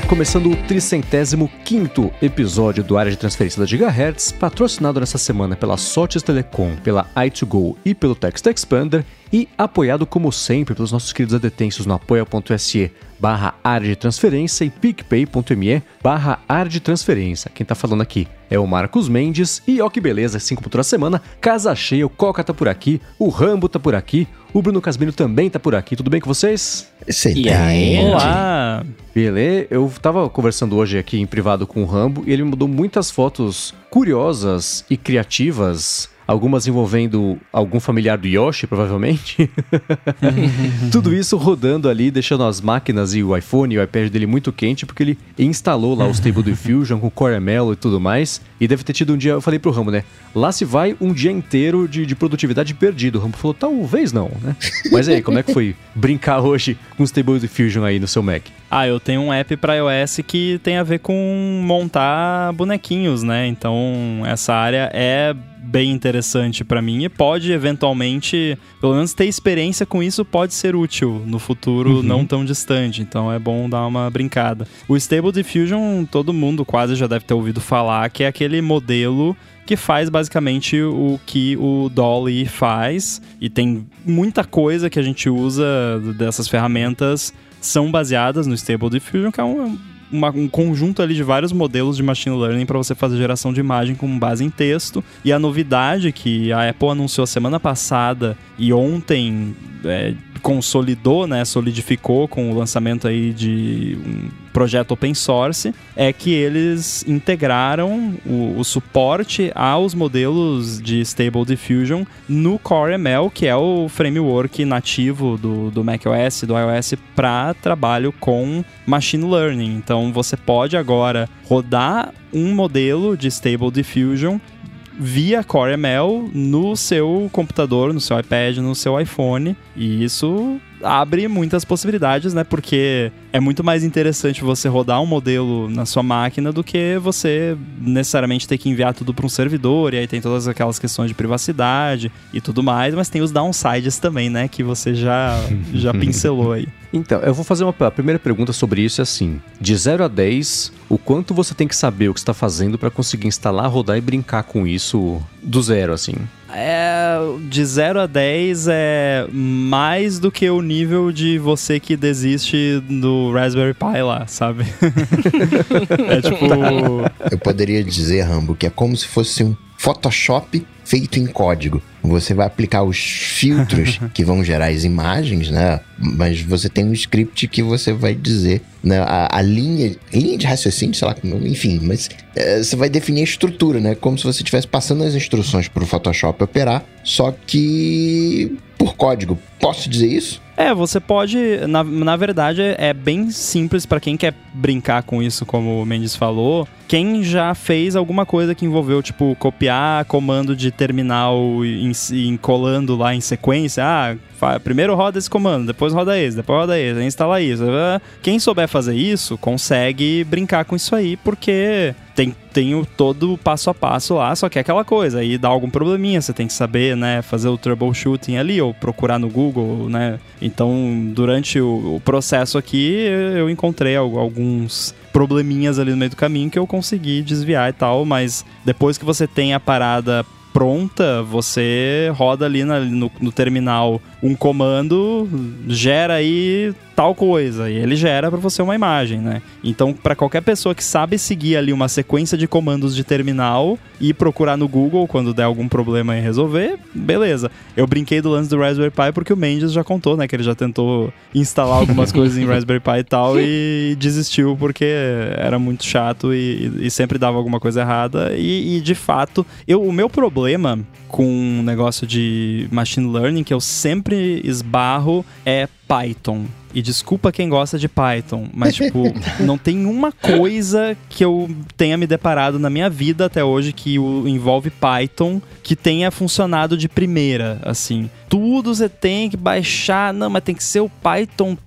Começando o 305º episódio do Área de Transferência da Gigahertz, patrocinado nessa semana pela Sotes Telecom, pela i2Go e pelo Text Expander, e apoiado como sempre pelos nossos queridos adetensos no apoia.se/área de transferência e picpay.me/área de transferência. Quem tá falando aqui é o Marcos Mendes, e ó que beleza, assim como toda semana, casa cheia, o Coca tá por aqui, o Rambo tá por aqui, o Bruno Casmino também tá por aqui. Tudo bem com vocês? Excelente. E aí? Olá! Beleza? Eu tava conversando hoje aqui em privado com o Rambo e ele me mandou muitas fotos curiosas e criativas, algumas envolvendo algum familiar do Yoshi, provavelmente. Tudo isso rodando ali, deixando as máquinas e o iPhone e o iPad dele muito quente, porque ele instalou lá o Stable Diffusion com Core ML e tudo mais. E deve ter tido um dia, eu falei pro Rambo, né? Lá se vai um dia inteiro de produtividade perdido. O Rambo falou, talvez não, né? Mas aí, como é que foi brincar hoje com o Stable Diffusion aí no seu Mac? Eu tenho um app para iOS que tem a ver com montar bonequinhos, né? Então, essa área é bem interessante para mim e pode, eventualmente, pelo menos ter experiência com isso pode ser útil no futuro não tão distante. Então, é bom dar uma brincada. O Stable Diffusion, todo mundo quase já deve ter ouvido falar, que é aquele modelo que faz basicamente o que o Dolly faz, e tem muita coisa que a gente usa dessas ferramentas são baseadas no Stable Diffusion, que é um conjunto ali de vários modelos de machine learning para você fazer geração de imagem com base em texto. E a novidade que a Apple anunciou semana passada e ontem consolidou, né, solidificou com o lançamento aí de um projeto open source, é que eles integraram o suporte aos modelos de Stable Diffusion no Core ML, que é o framework nativo do macOS, do iOS, para trabalho com machine learning. Então você pode agora rodar um modelo de Stable Diffusion via Core ML no seu computador, no seu iPad, no seu iPhone, e isso abre muitas possibilidades, né? Porque é muito mais interessante você rodar um modelo na sua máquina do que você necessariamente ter que enviar tudo para um servidor, e aí tem todas aquelas questões de privacidade e tudo mais, mas tem os downsides também, né? Que você já pincelou aí. Então, eu vou fazer a primeira pergunta sobre isso, é assim, de 0 a 10, o quanto você tem que saber o que você está fazendo para conseguir instalar, rodar e brincar com isso do zero, assim? De 0 a 10 é mais do que o nível de você que desiste do Raspberry Pi lá, sabe? É tipo... Eu poderia dizer, Rambo, que é como se fosse um Photoshop feito em código. Você vai aplicar os filtros que vão gerar as imagens, né? Mas você tem um script que você vai dizer, né? A linha de raciocínio, sei lá, enfim, mas você vai definir a estrutura, né? Como se você estivesse passando as instruções para o Photoshop operar, só que por código. Posso dizer isso? Você pode, na verdade, é bem simples para quem quer brincar com isso, como o Mendes falou. Quem já fez alguma coisa que envolveu, tipo, copiar comando de terminal e colando lá em sequência, primeiro roda esse comando, depois roda esse, aí instala isso. Quem souber fazer isso, consegue brincar com isso aí, porque tem todo o passo a passo lá, só que é aquela coisa, aí dá algum probleminha, você tem que saber, né, fazer o troubleshooting ali, ou procurar no Google, né. Então, durante o processo aqui, eu encontrei alguns probleminhas ali no meio do caminho que eu consegui desviar e tal, mas depois que você tem a parada pronta, você roda ali no terminal um comando, gera aí tal coisa, e ele gera para você uma imagem, né? Então, para qualquer pessoa que sabe seguir ali uma sequência de comandos de terminal e procurar no Google quando der algum problema e resolver, beleza. Eu brinquei do lance do Raspberry Pi porque o Mendes já contou, né? Que ele já tentou instalar algumas coisas em Raspberry Pi e tal e desistiu porque era muito chato e sempre dava alguma coisa errada. E de fato, o meu problema com o negócio de machine learning que eu sempre esbarro é Python. E desculpa quem gosta de Python, mas, tipo, não tem uma coisa que eu tenha me deparado na minha vida até hoje que envolve Python que tenha funcionado de primeira, assim. Tudo você tem que baixar, não, mas tem que ser o Python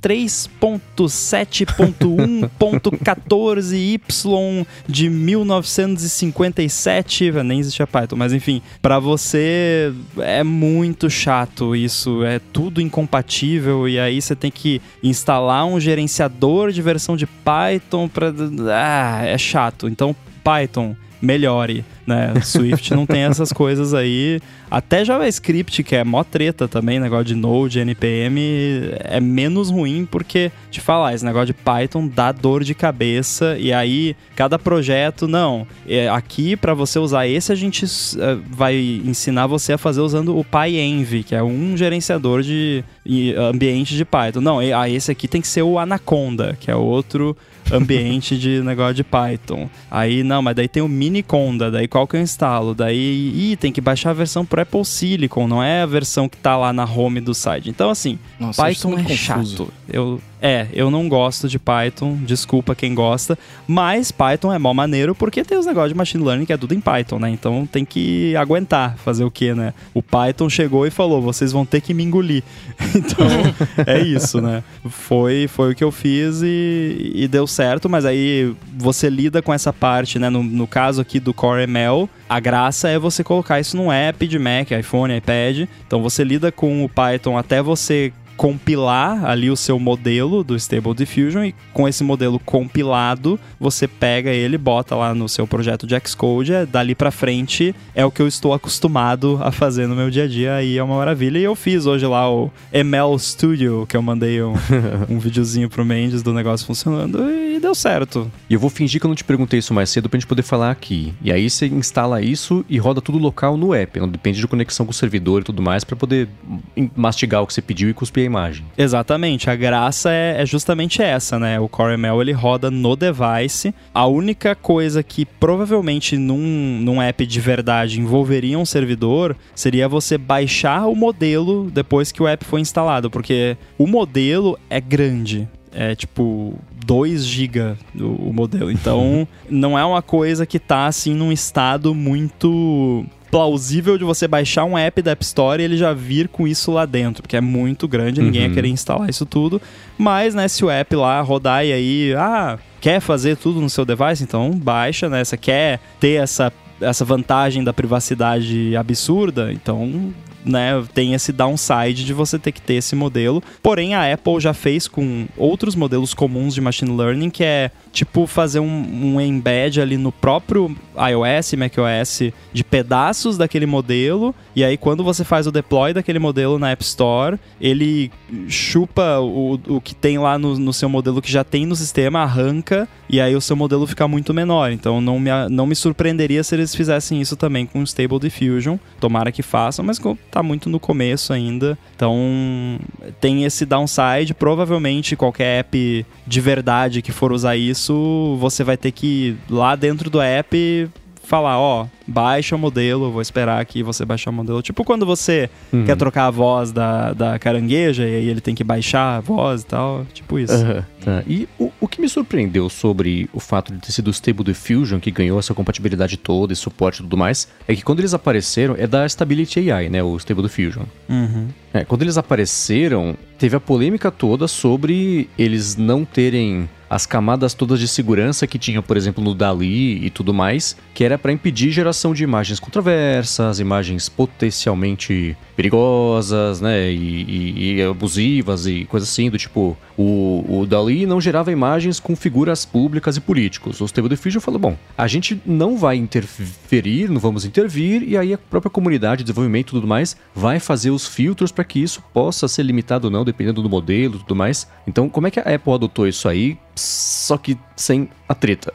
3.7.1.14y de 1957, nem existia Python, mas enfim, pra você é muito chato isso, é tudo incompatível e aí você tem que instalar um gerenciador de versão de Python para... é chato. Então, Python, melhore, né? Swift não tem essas coisas aí. Até JavaScript, que é mó treta também, negócio de Node, NPM, é menos ruim porque, te falar, esse negócio de Python dá dor de cabeça e aí cada projeto, não, aqui para você usar esse a gente vai ensinar você a fazer usando o PyEnv, que é um gerenciador de ambiente de Python. Não, esse aqui tem que ser o Anaconda, que é outro ambiente de negócio de Python. Aí, não, mas daí tem o Miniconda, daí qual que eu instalo? Daí, tem que baixar a versão pro Apple Silicon, não é a versão que tá lá na home do site. Então, assim, nossa, Python é chato. Eu não gosto de Python, desculpa quem gosta, mas Python é mó maneiro porque tem os negócios de machine learning que é tudo em Python, né? Então tem que aguentar, fazer o quê, né? O Python chegou e falou, vocês vão ter que me engolir. Então, é isso, né? Foi o que eu fiz e deu certo, mas aí você lida com essa parte, né? No caso aqui do Core ML, a graça é você colocar isso num app de Mac, iPhone, iPad. Então você lida com o Python até você compilar ali o seu modelo do Stable Diffusion e com esse modelo compilado, você pega ele, bota lá no seu projeto de Xcode, dali pra frente é o que eu estou acostumado a fazer no meu dia a dia, aí é uma maravilha. E eu fiz hoje lá o ML Studio, que eu mandei um videozinho pro Mendes do negócio funcionando e deu certo. E eu vou fingir que eu não te perguntei isso mais cedo pra gente poder falar aqui. E aí você instala isso e roda tudo local no app, não depende de conexão com o servidor e tudo mais pra poder mastigar o que você pediu e cuspir a imagem. Exatamente, a graça é justamente essa, né? O Core ML ele roda no device. A única coisa que provavelmente num app de verdade envolveria um servidor seria você baixar o modelo depois que o app foi instalado, porque o modelo é grande. É tipo 2 GB o modelo. Então não é uma coisa que tá assim num estado muito plausível de você baixar um app da App Store e ele já vir com isso lá dentro, porque é muito grande, ninguém ia querer instalar isso tudo. Mas, né, se o app lá rodar e aí, quer fazer tudo no seu device, então baixa, né? Você quer ter essa vantagem da privacidade absurda, então, né, tem esse downside de você ter que ter esse modelo. Porém, a Apple já fez com outros modelos comuns de machine learning, que é tipo fazer um embed ali no próprio iOS e macOS de pedaços daquele modelo, e aí quando você faz o deploy daquele modelo na App Store, ele chupa o que tem lá no seu modelo que já tem no sistema, arranca, e aí o seu modelo fica muito menor. Então não me surpreenderia se eles fizessem isso também com o Stable Diffusion. Tomara que façam, mas tá muito no começo ainda. Então tem esse downside. Provavelmente qualquer app de verdade que for usar isso, você vai ter que ir lá dentro do app falar, baixa o modelo, eu vou esperar aqui você baixar o modelo. Tipo quando você quer trocar a voz da carangueja e aí ele tem que baixar a voz e tal, tipo isso. Tá. E o que me surpreendeu sobre o fato de ter sido o Stable Diffusion que ganhou essa compatibilidade toda e suporte e tudo mais, é que quando eles apareceram, é da Stability AI, né, o Stable Diffusion. Quando eles apareceram, teve a polêmica toda sobre eles não terem as camadas todas de segurança que tinham, por exemplo, no DALL-E e tudo mais, que era para impedir geração de imagens controversas, imagens potencialmente perigosas, né, e abusivas e coisas assim, do tipo, o DALL-E não gerava imagens com figuras públicas e políticos. O Stable Diffusion falou, bom, a gente não vai interferir, não vamos intervir, e aí a própria comunidade de desenvolvimento e tudo mais vai fazer os filtros para que isso possa ser limitado ou não, dependendo do modelo e tudo mais. Então, como é que a Apple adotou isso aí, só que sem a treta?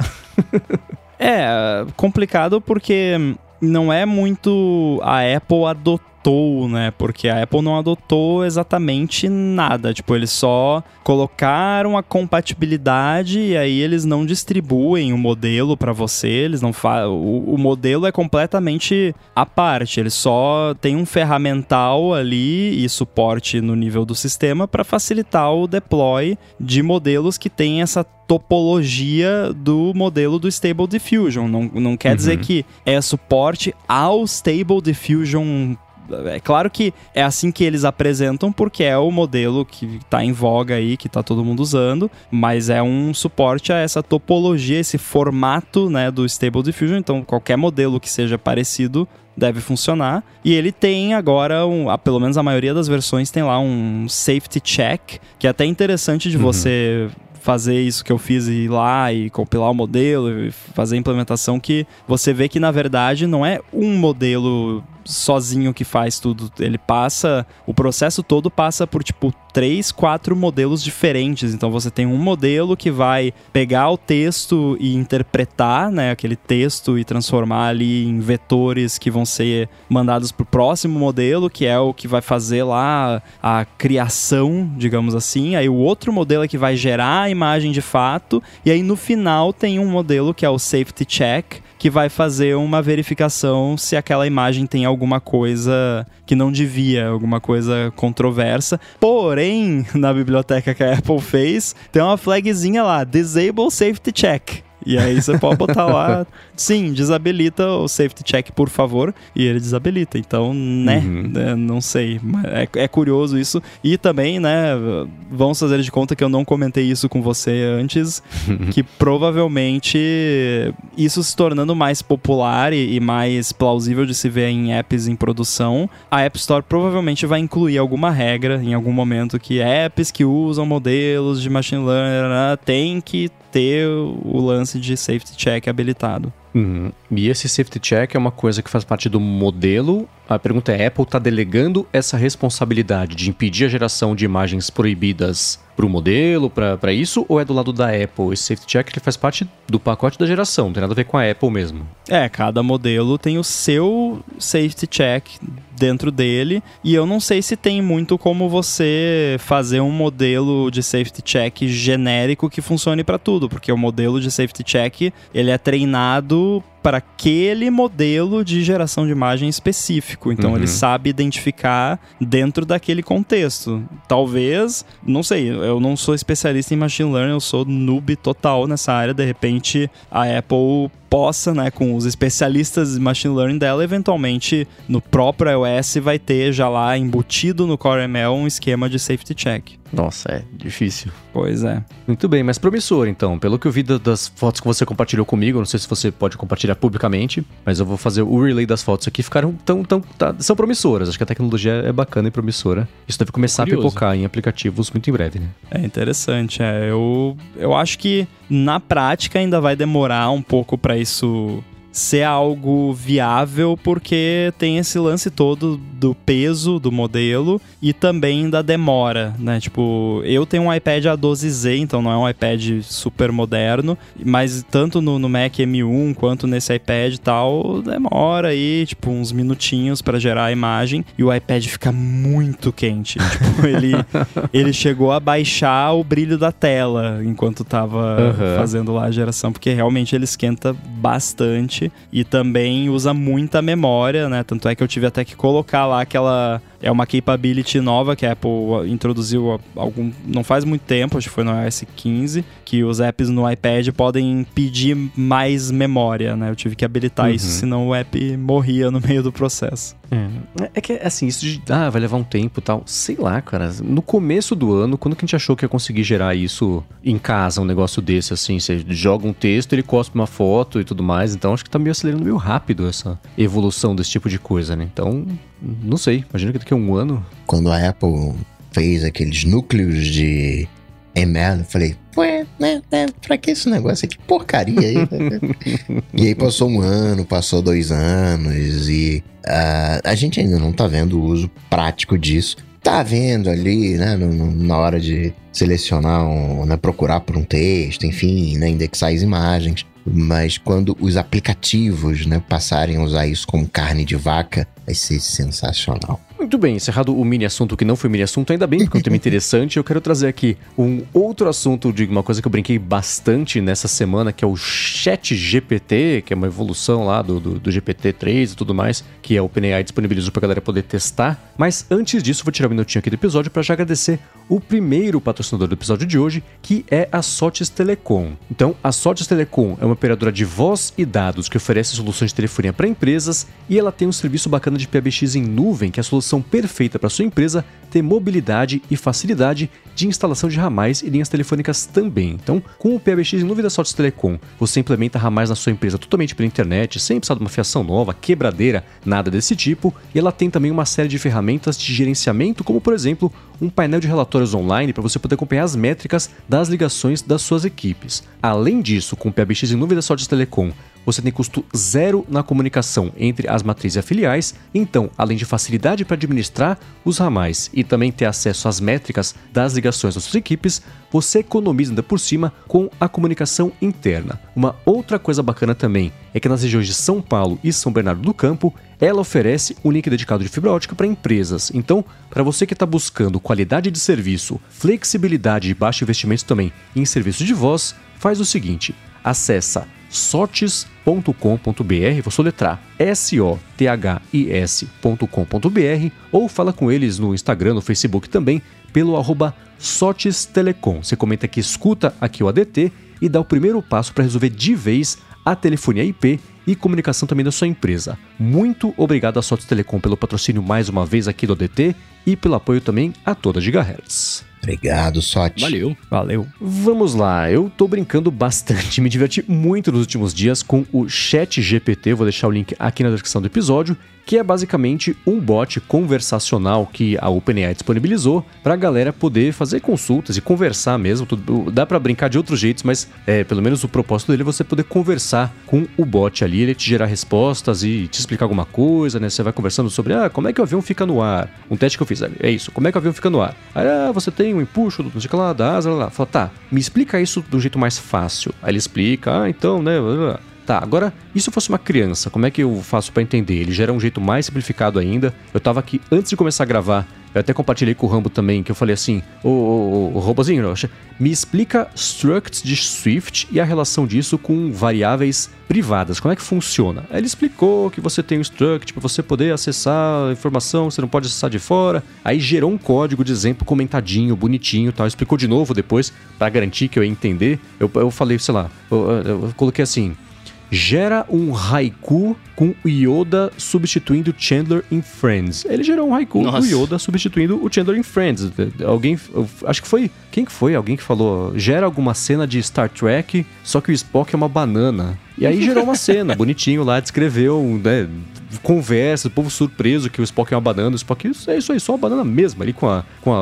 É complicado porque não é muito a Apple adotou, né? Porque a Apple não adotou exatamente nada. Tipo, eles só colocaram a compatibilidade e aí eles não distribuem o modelo para você. Eles não o modelo é completamente à parte. Eles só tem um ferramental ali e suporte no nível do sistema para facilitar o deploy de modelos que tem essa topologia do modelo do Stable Diffusion. Não quer dizer que é suporte ao Stable Diffusion É claro que é assim que eles apresentam, porque é o modelo que tá em voga aí, que tá todo mundo usando, mas é um suporte a essa topologia, esse formato, né, do Stable Diffusion. Então, qualquer modelo que seja parecido deve funcionar. E ele tem agora, pelo menos a maioria das versões tem lá um safety check, que é até interessante de você fazer isso que eu fiz, ir lá e compilar o modelo e fazer a implementação, que você vê que na verdade não é um modelo sozinho que faz tudo. Ele passa, o processo todo passa por tipo 3, 4 modelos diferentes. Então você tem um modelo que vai pegar o texto e interpretar, né, aquele texto e transformar ali em vetores que vão ser mandados para o próximo modelo, que é o que vai fazer lá a criação, digamos assim. Aí o outro modelo é que vai gerar a imagem de fato, e aí no final tem um modelo que é o safety check, que vai fazer uma verificação se aquela imagem tem alguma coisa que não devia, alguma coisa controversa. Porém, na biblioteca que a Apple fez, tem uma flagzinha lá, Disable Safety Check. E aí você pode botar lá, sim, desabilita o safety check, por favor, e ele desabilita. Então, né, não sei, é curioso isso. E também, né, vamos fazer de conta que eu não comentei isso com você antes, que provavelmente isso se tornando mais popular e mais plausível de se ver em apps em produção, a App Store provavelmente vai incluir alguma regra em algum momento que apps que usam modelos de machine learning tem que ter o lance de safety check habilitado. E esse safety check é uma coisa que faz parte do modelo. A pergunta é, a Apple está delegando essa responsabilidade de impedir a geração de imagens proibidas para o modelo, para isso, ou é do lado da Apple? Esse safety check ele faz parte do pacote da geração, não tem nada a ver com a Apple mesmo. Cada modelo tem o seu safety check dentro dele, e eu não sei se tem muito como você fazer um modelo de safety check genérico que funcione para tudo, porque o modelo de safety check, ele é treinado para aquele modelo de geração de imagem específico. Então ele sabe identificar dentro daquele contexto. Talvez, não sei, eu não sou especialista em machine learning, eu sou noob total nessa área. De repente a Apple possa, né, com os especialistas de machine learning dela, eventualmente no próprio iOS vai ter já lá embutido no Core ML um esquema de safety check. Nossa, é difícil. Pois é. Muito bem, mas promissor então. Pelo que eu vi das fotos que você compartilhou comigo, não sei se você pode compartilhar publicamente, mas eu vou fazer o relay das fotos aqui, ficaram são promissoras. Acho que a tecnologia é bacana e promissora. Isso deve começar a pipocar em aplicativos muito em breve, né? É interessante, eu acho que na prática ainda vai demorar um pouco para isso ser algo viável, porque tem esse lance todo do peso do modelo e também da demora, né? Tipo, eu tenho um iPad A12Z, então não é um iPad super moderno, mas tanto no Mac M1 quanto nesse iPad e tal, demora aí, tipo, uns minutinhos para gerar a imagem, e o iPad fica muito quente. Tipo, ele chegou a baixar o brilho da tela enquanto tava fazendo lá a geração, porque realmente ele esquenta bastante. E também usa muita memória, né? Tanto é que eu tive até que colocar lá aquela... É uma capability nova que a Apple introduziu não faz muito tempo, acho que foi no iOS 15, que os apps no iPad podem pedir mais memória, né? Eu tive que habilitar isso, senão o app morria no meio do processo. É que, assim, isso de... vai levar um tempo e tal. Sei lá, cara. No começo do ano, quando que a gente achou que ia conseguir gerar isso em casa, um negócio desse, assim? Você joga um texto, ele cospe uma foto e tudo mais. Então, acho que tá meio acelerando meio rápido essa evolução desse tipo de coisa, né? Então, não sei. Imagina que daqui a um ano... Quando a Apple fez aqueles núcleos de ML, eu falei... pra que esse negócio aqui? Porcaria aí. E aí passou um ano, passou 2 anos e a gente ainda não tá vendo o uso prático disso. Tá vendo ali, né, na hora de selecionar, né, procurar por um texto, enfim, né, indexar as imagens. Mas quando os aplicativos, né, passarem a usar isso como carne de vaca, vai ser sensacional. Muito bem, encerrado o mini assunto que não foi mini assunto, ainda bem, porque é um tema interessante. Eu quero trazer aqui um outro assunto de uma coisa que eu brinquei bastante nessa semana, que é o ChatGPT, que é uma evolução lá do GPT-3 e tudo mais, que a OpenAI disponibilizou pra galera poder testar. Mas antes disso, vou tirar um minutinho aqui do episódio para já agradecer o primeiro patrocinador do episódio de hoje, que é a Sotes Telecom. Então, a Sotes Telecom é uma operadora de voz e dados que oferece soluções de telefonia para empresas e ela tem um serviço bacana de PBX em nuvem, que é a solução perfeita para sua empresa ter mobilidade e facilidade de instalação de ramais e linhas telefônicas também. Então, com o PBX em nuvem da Sotes Telecom, você implementa ramais na sua empresa totalmente pela internet, sem precisar de uma fiação nova, quebradeira, nada desse tipo. E ela tem também uma série de ferramentas de gerenciamento, como por exemplo, um painel de relatórios online para você poder acompanhar as métricas das ligações das suas equipes. Além disso, com o PBX em nuvem da Sotes Telecom, você tem custo zero na comunicação entre as matrizes e filiais, então, além de facilidade para administrar os ramais e também ter acesso às métricas das ligações das suas equipes, você economiza ainda por cima com a comunicação interna. Uma outra coisa bacana também é que nas regiões de São Paulo e São Bernardo do Campo, ela oferece um link dedicado de fibra ótica para empresas. Então, para você que está buscando qualidade de serviço, flexibilidade e baixo investimento também em serviços de voz, faz o seguinte, acessa sotes.com.br, vou soletrar sothis.com.br ou fala com eles no Instagram, no Facebook também, pelo @SotesTelecom. Você comenta que escuta aqui o ADT e dá o primeiro passo para resolver de vez a telefonia IP e comunicação também da sua empresa. Muito obrigado a Sotes Telecom pelo patrocínio mais uma vez aqui do ADT e pelo apoio também a toda Gigahertz. Obrigado, Sote. Valeu. Vamos lá, eu tô brincando bastante, me diverti muito nos últimos dias com o ChatGPT, vou deixar o link aqui na descrição do episódio, que é basicamente um bot conversacional que a OpenAI disponibilizou pra galera poder fazer consultas e conversar mesmo. Dá pra brincar de outros jeitos, mas pelo menos o propósito dele é você poder conversar com o bot ali, ele te gerar respostas e te explicar alguma coisa, né? Você vai conversando sobre, como é que o avião fica no ar? Um teste que eu fiz, é isso, como é que o avião fica no ar? Aí, você tem um empuxo, não sei o que lá, da asa, lá. Fala, tá, me explica isso do jeito mais fácil. Aí ele explica, então, né... Tá, agora, e se eu fosse uma criança, como é que eu faço pra entender? Ele gera um jeito mais simplificado ainda. Eu tava aqui, antes de começar a gravar, eu até compartilhei com o Rambo também, que eu falei assim, ô robozinho, me explica structs de Swift e a relação disso com variáveis privadas, como é que funciona? Aí ele explicou que você tem um struct para você poder acessar a informação, você não pode acessar de fora. Aí gerou um código de exemplo comentadinho, bonitinho e tal. Explicou de novo depois, para garantir que eu ia entender. Eu falei, sei lá, eu coloquei assim... Gera um haiku com o Yoda substituindo Chandler em Friends. Ele gerou um haiku com o Yoda substituindo o Chandler em Friends. Alguém, acho que foi... Quem que foi? Alguém que falou... Gera alguma cena de Star Trek, só que o Spock é uma banana. E aí gerou uma cena, bonitinho lá, descreveu, né, conversa, o povo surpreso que o Spock é uma banana, o Spock é isso aí, só uma banana mesmo, ali com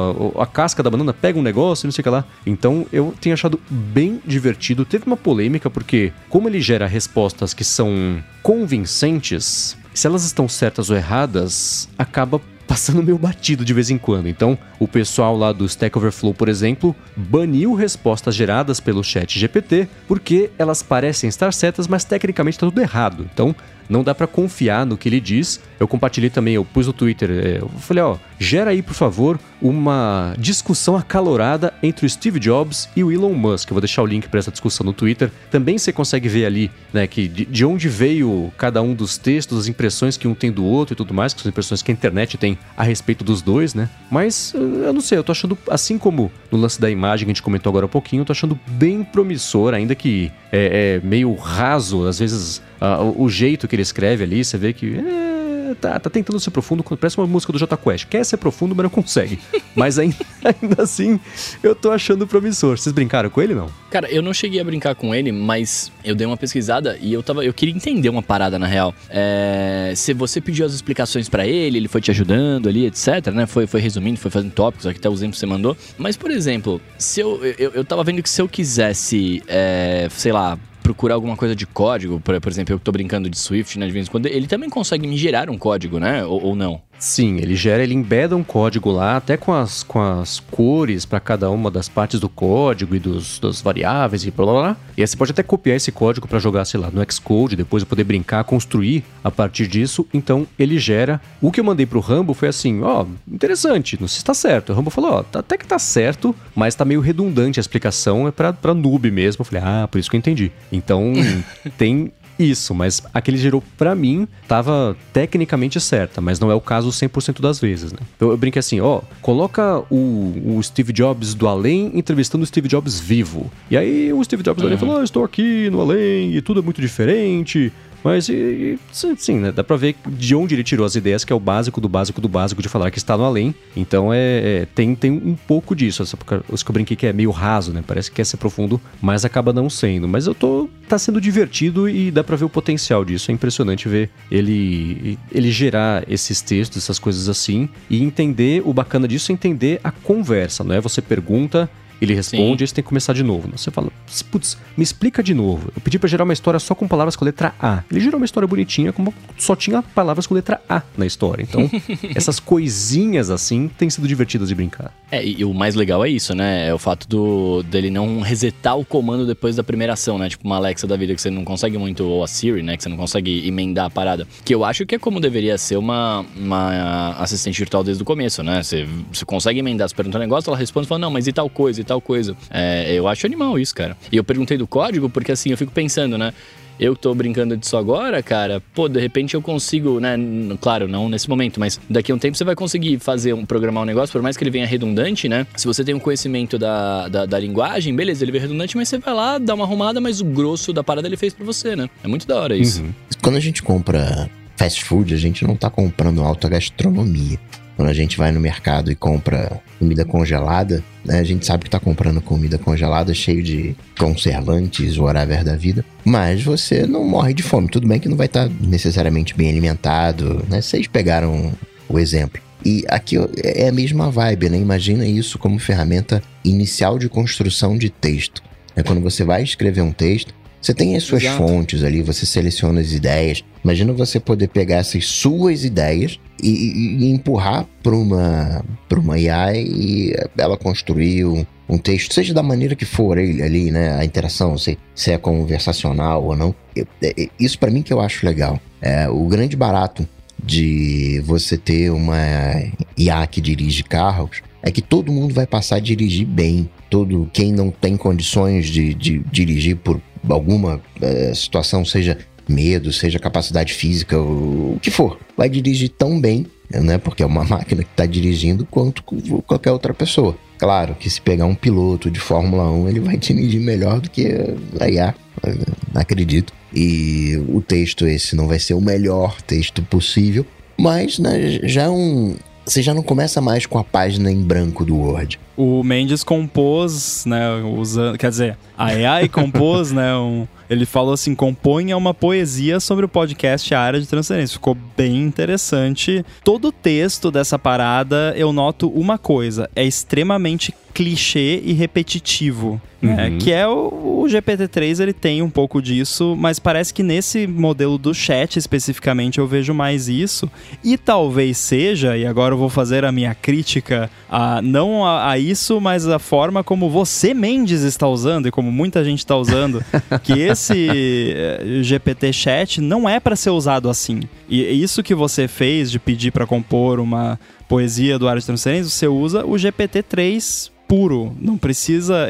a casca da banana, pega um negócio, não sei o que lá. Então eu tenho achado bem divertido. Teve uma polêmica porque, como ele gera respostas que são convincentes, se elas estão certas ou erradas, acaba passando meio batido de vez em quando. Então, o pessoal lá do Stack Overflow, por exemplo, baniu respostas geradas pelo ChatGPT porque elas parecem estar certas, mas tecnicamente está tudo errado. Então, não dá para confiar no que ele diz. Eu compartilhei também, eu pus no Twitter, eu falei, gera aí, por favor, uma discussão acalorada entre o Steve Jobs e o Elon Musk. Eu vou deixar o link para essa discussão no Twitter. Também você consegue ver ali, né, que de onde veio cada um dos textos, as impressões que um tem do outro e tudo mais, que são impressões que a internet tem a respeito dos dois, né? Mas, eu não sei, eu tô achando, assim como no lance da imagem que a gente comentou agora há pouquinho, eu tô achando bem promissor, ainda que é meio raso, às vezes, o jeito que ele escreve ali, você vê que... Tá tentando ser profundo, parece uma música do Jota Quest. Quer ser profundo, mas não consegue. Mas ainda assim, eu tô achando promissor. Vocês brincaram com ele, não? Cara, eu não cheguei a brincar com ele, mas eu dei uma pesquisada e eu queria entender uma parada, na real. Se você pediu as explicações pra ele, ele foi te ajudando ali, etc, né? Foi resumindo, foi fazendo tópicos, aqui até o exemplo que você mandou. Mas, por exemplo, se eu tava vendo que se eu quisesse, sei lá, procurar alguma coisa de código, por exemplo, eu que tô brincando de Swift, né, de vez em quando, ele também consegue me gerar um código, né? Ou não? Sim, ele embeda um código lá, até com as cores para cada uma das partes do código e das variáveis e blá blá blá. E aí você pode até copiar esse código para jogar, sei lá, no Xcode, depois eu poder brincar, construir a partir disso. Então ele gera. O que eu mandei pro Rambo foi assim, interessante, não sei se tá certo. O Rambo falou, até que tá certo, mas tá meio redundante a explicação, é pra noob mesmo. Eu falei, por isso que eu entendi. Então tem isso, mas a que ele gerou pra mim tava tecnicamente certa, mas não é o caso 100% das vezes, né? Eu brinquei assim, coloca o Steve Jobs do além entrevistando o Steve Jobs vivo. E aí o Steve Jobs do além falou, estou aqui no além e tudo é muito diferente. Mas, sim, né? Dá pra ver de onde ele tirou as ideias, que é o básico do básico do básico de falar que está no além. Então, tem um pouco disso. Isso que eu brinquei que é meio raso, né? Parece que quer ser profundo, mas acaba não sendo. Mas tá sendo divertido e dá pra ver o potencial disso. É impressionante ver ele gerar esses textos, essas coisas assim. E entender, o bacana disso é entender a conversa, não é? Você pergunta... Ele responde, aí você tem que começar de novo. Você fala, putz, me explica de novo. Eu pedi pra gerar uma história só com palavras com letra A. Ele gerou uma história bonitinha, como só tinha palavras com letra A na história. Então, essas coisinhas assim, têm sido divertidas de brincar. E o mais legal é isso, né? É o fato dele não resetar o comando depois da primeira ação, né? Tipo uma Alexa da vida, que você não consegue muito, ou a Siri, né? Que você não consegue emendar a parada. Que eu acho que é como deveria ser uma assistente virtual desde o começo, né? Você consegue emendar, você pergunta um negócio, ela responde e fala, não, mas e tal coisa, e tal coisa. Eu acho animal isso, cara. E eu perguntei do código porque, assim, eu fico pensando, né? Eu tô brincando disso agora, cara, de repente eu consigo, né? Claro, não nesse momento, mas daqui a um tempo você vai conseguir programar um negócio, por mais que ele venha redundante, né? Se você tem um conhecimento da linguagem, beleza, ele vem redundante, mas você vai lá, dá uma arrumada, mas o grosso da parada ele fez pra você, né? É muito da hora isso. Uhum. Quando a gente compra fast food, a gente não tá comprando alta gastronomia. Quando a gente vai no mercado e compra comida congelada, né, a gente sabe que tá comprando comida congelada cheio de conservantes, whatever da vida, mas você não morre de fome. Tudo bem que não vai estar necessariamente bem alimentado, né? Vocês pegaram o exemplo. E aqui é a mesma vibe, né? Imagina isso como ferramenta inicial de construção de texto. Quando você vai escrever um texto, você tem as suas fontes ali, você seleciona as ideias. Imagina você poder pegar essas suas ideias e empurrar para uma IA e ela construir um texto, seja da maneira que for ali, né? A interação, se é conversacional ou não. Isso para mim que eu acho legal. O grande barato de você ter uma IA que dirige carros é que todo mundo vai passar a dirigir bem. Quem não tem condições de dirigir por alguma situação, seja medo, seja capacidade física, o que for, vai dirigir tão bem, né? Porque é uma máquina que está dirigindo quanto qualquer outra pessoa. Claro que se pegar um piloto de Fórmula 1, ele vai dirigir melhor do que a IA, acredito. E o texto esse não vai ser o melhor texto possível, mas, né, você já não começa mais com a página em branco do Word. O Mendes compôs, né, quer dizer, a AI compôs, né, ele falou assim, componha uma poesia sobre o podcast A Área de Transferência. Ficou bem interessante. Todo o texto dessa parada, eu noto uma coisa, é extremamente clichê e repetitivo. Que é o GPT-3, ele tem um pouco disso, mas parece que nesse modelo do chat especificamente eu vejo mais isso, e talvez seja, e agora eu vou fazer a minha crítica, não a isso, mas a forma como você, Mendes, está usando, e como muita gente está usando, que esse GPT chat não é para ser usado assim. E isso que você fez de pedir para compor uma poesia do Área de Transferência, você usa o GPT-3 puro, não precisa...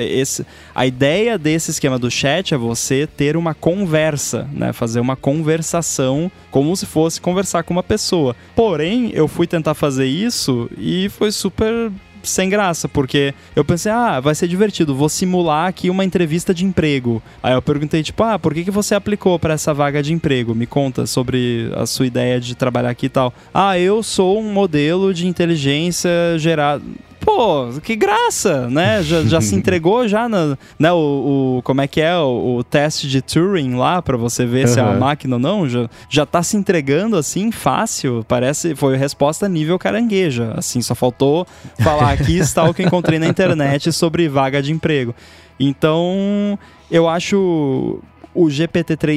A ideia desse esquema do chat é você ter uma conversa, né? Fazer uma conversação como se fosse conversar com uma pessoa. Porém, eu fui tentar fazer isso e foi super sem graça, porque eu pensei, vai ser divertido, vou simular aqui uma entrevista de emprego. Aí eu perguntei, tipo, por que você aplicou para essa vaga de emprego? Me conta sobre a sua ideia de trabalhar aqui e tal. Eu sou um modelo de inteligência gerado... Pô, que graça, né? Já se entregou já, né? Como é que é? O teste de Turing lá, pra você ver se é uma máquina ou não. Já tá se entregando assim, fácil. Foi a resposta nível carangueja. Assim, só faltou falar, aqui está o que encontrei na internet sobre vaga de emprego. Então, eu acho o GPT-3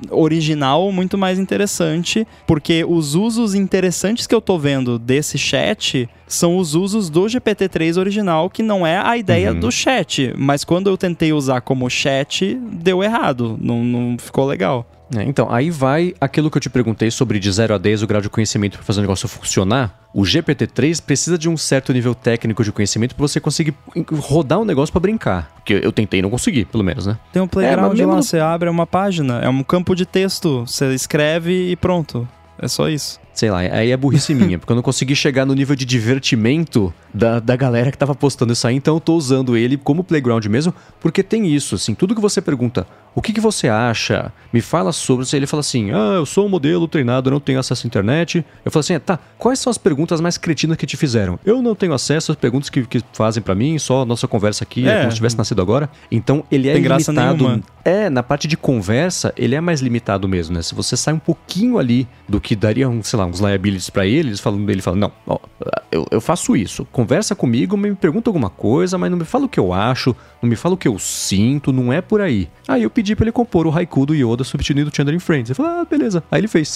original muito mais interessante, porque os usos interessantes que eu tô vendo desse chat são os usos do GPT-3 original, que não é a ideia do chat, mas quando eu tentei usar como chat, deu errado, não ficou legal. Então, aí vai aquilo que eu te perguntei sobre de 0 a 10 o grau de conhecimento para fazer o negócio funcionar. O GPT-3 precisa de um certo nível técnico de conhecimento para você conseguir rodar um negócio para brincar. Porque eu tentei e não consegui, pelo menos, né? Tem um playground lá, você abre uma página, é um campo de texto, você escreve e pronto. É só isso. Sei lá, aí é burrice minha, porque eu não consegui chegar no nível de divertimento da galera que tava postando isso aí, então eu tô usando ele como playground mesmo, porque tem isso, assim, tudo que você pergunta, o que você acha? Me fala sobre isso, ele fala assim, eu sou um modelo treinado, eu não tenho acesso à internet. Eu falo assim, tá, quais são as perguntas mais cretinas que te fizeram? Eu não tenho acesso às perguntas que fazem pra mim, só a nossa conversa aqui é como se tivesse nascido agora. Então, ele é limitado. Na parte de conversa, ele é mais limitado mesmo, né? Se você sai um pouquinho ali do que daria, sei lá, uns liabilities pra ele fala, não, ó, eu faço isso, conversa comigo, me pergunta alguma coisa, mas não me fala o que eu acho, não me fala o que eu sinto, não é por aí. Aí eu pedi pra ele compor o haiku do Yoda substituindo o Chandler in Friends. Ele falou, beleza. Aí ele fez.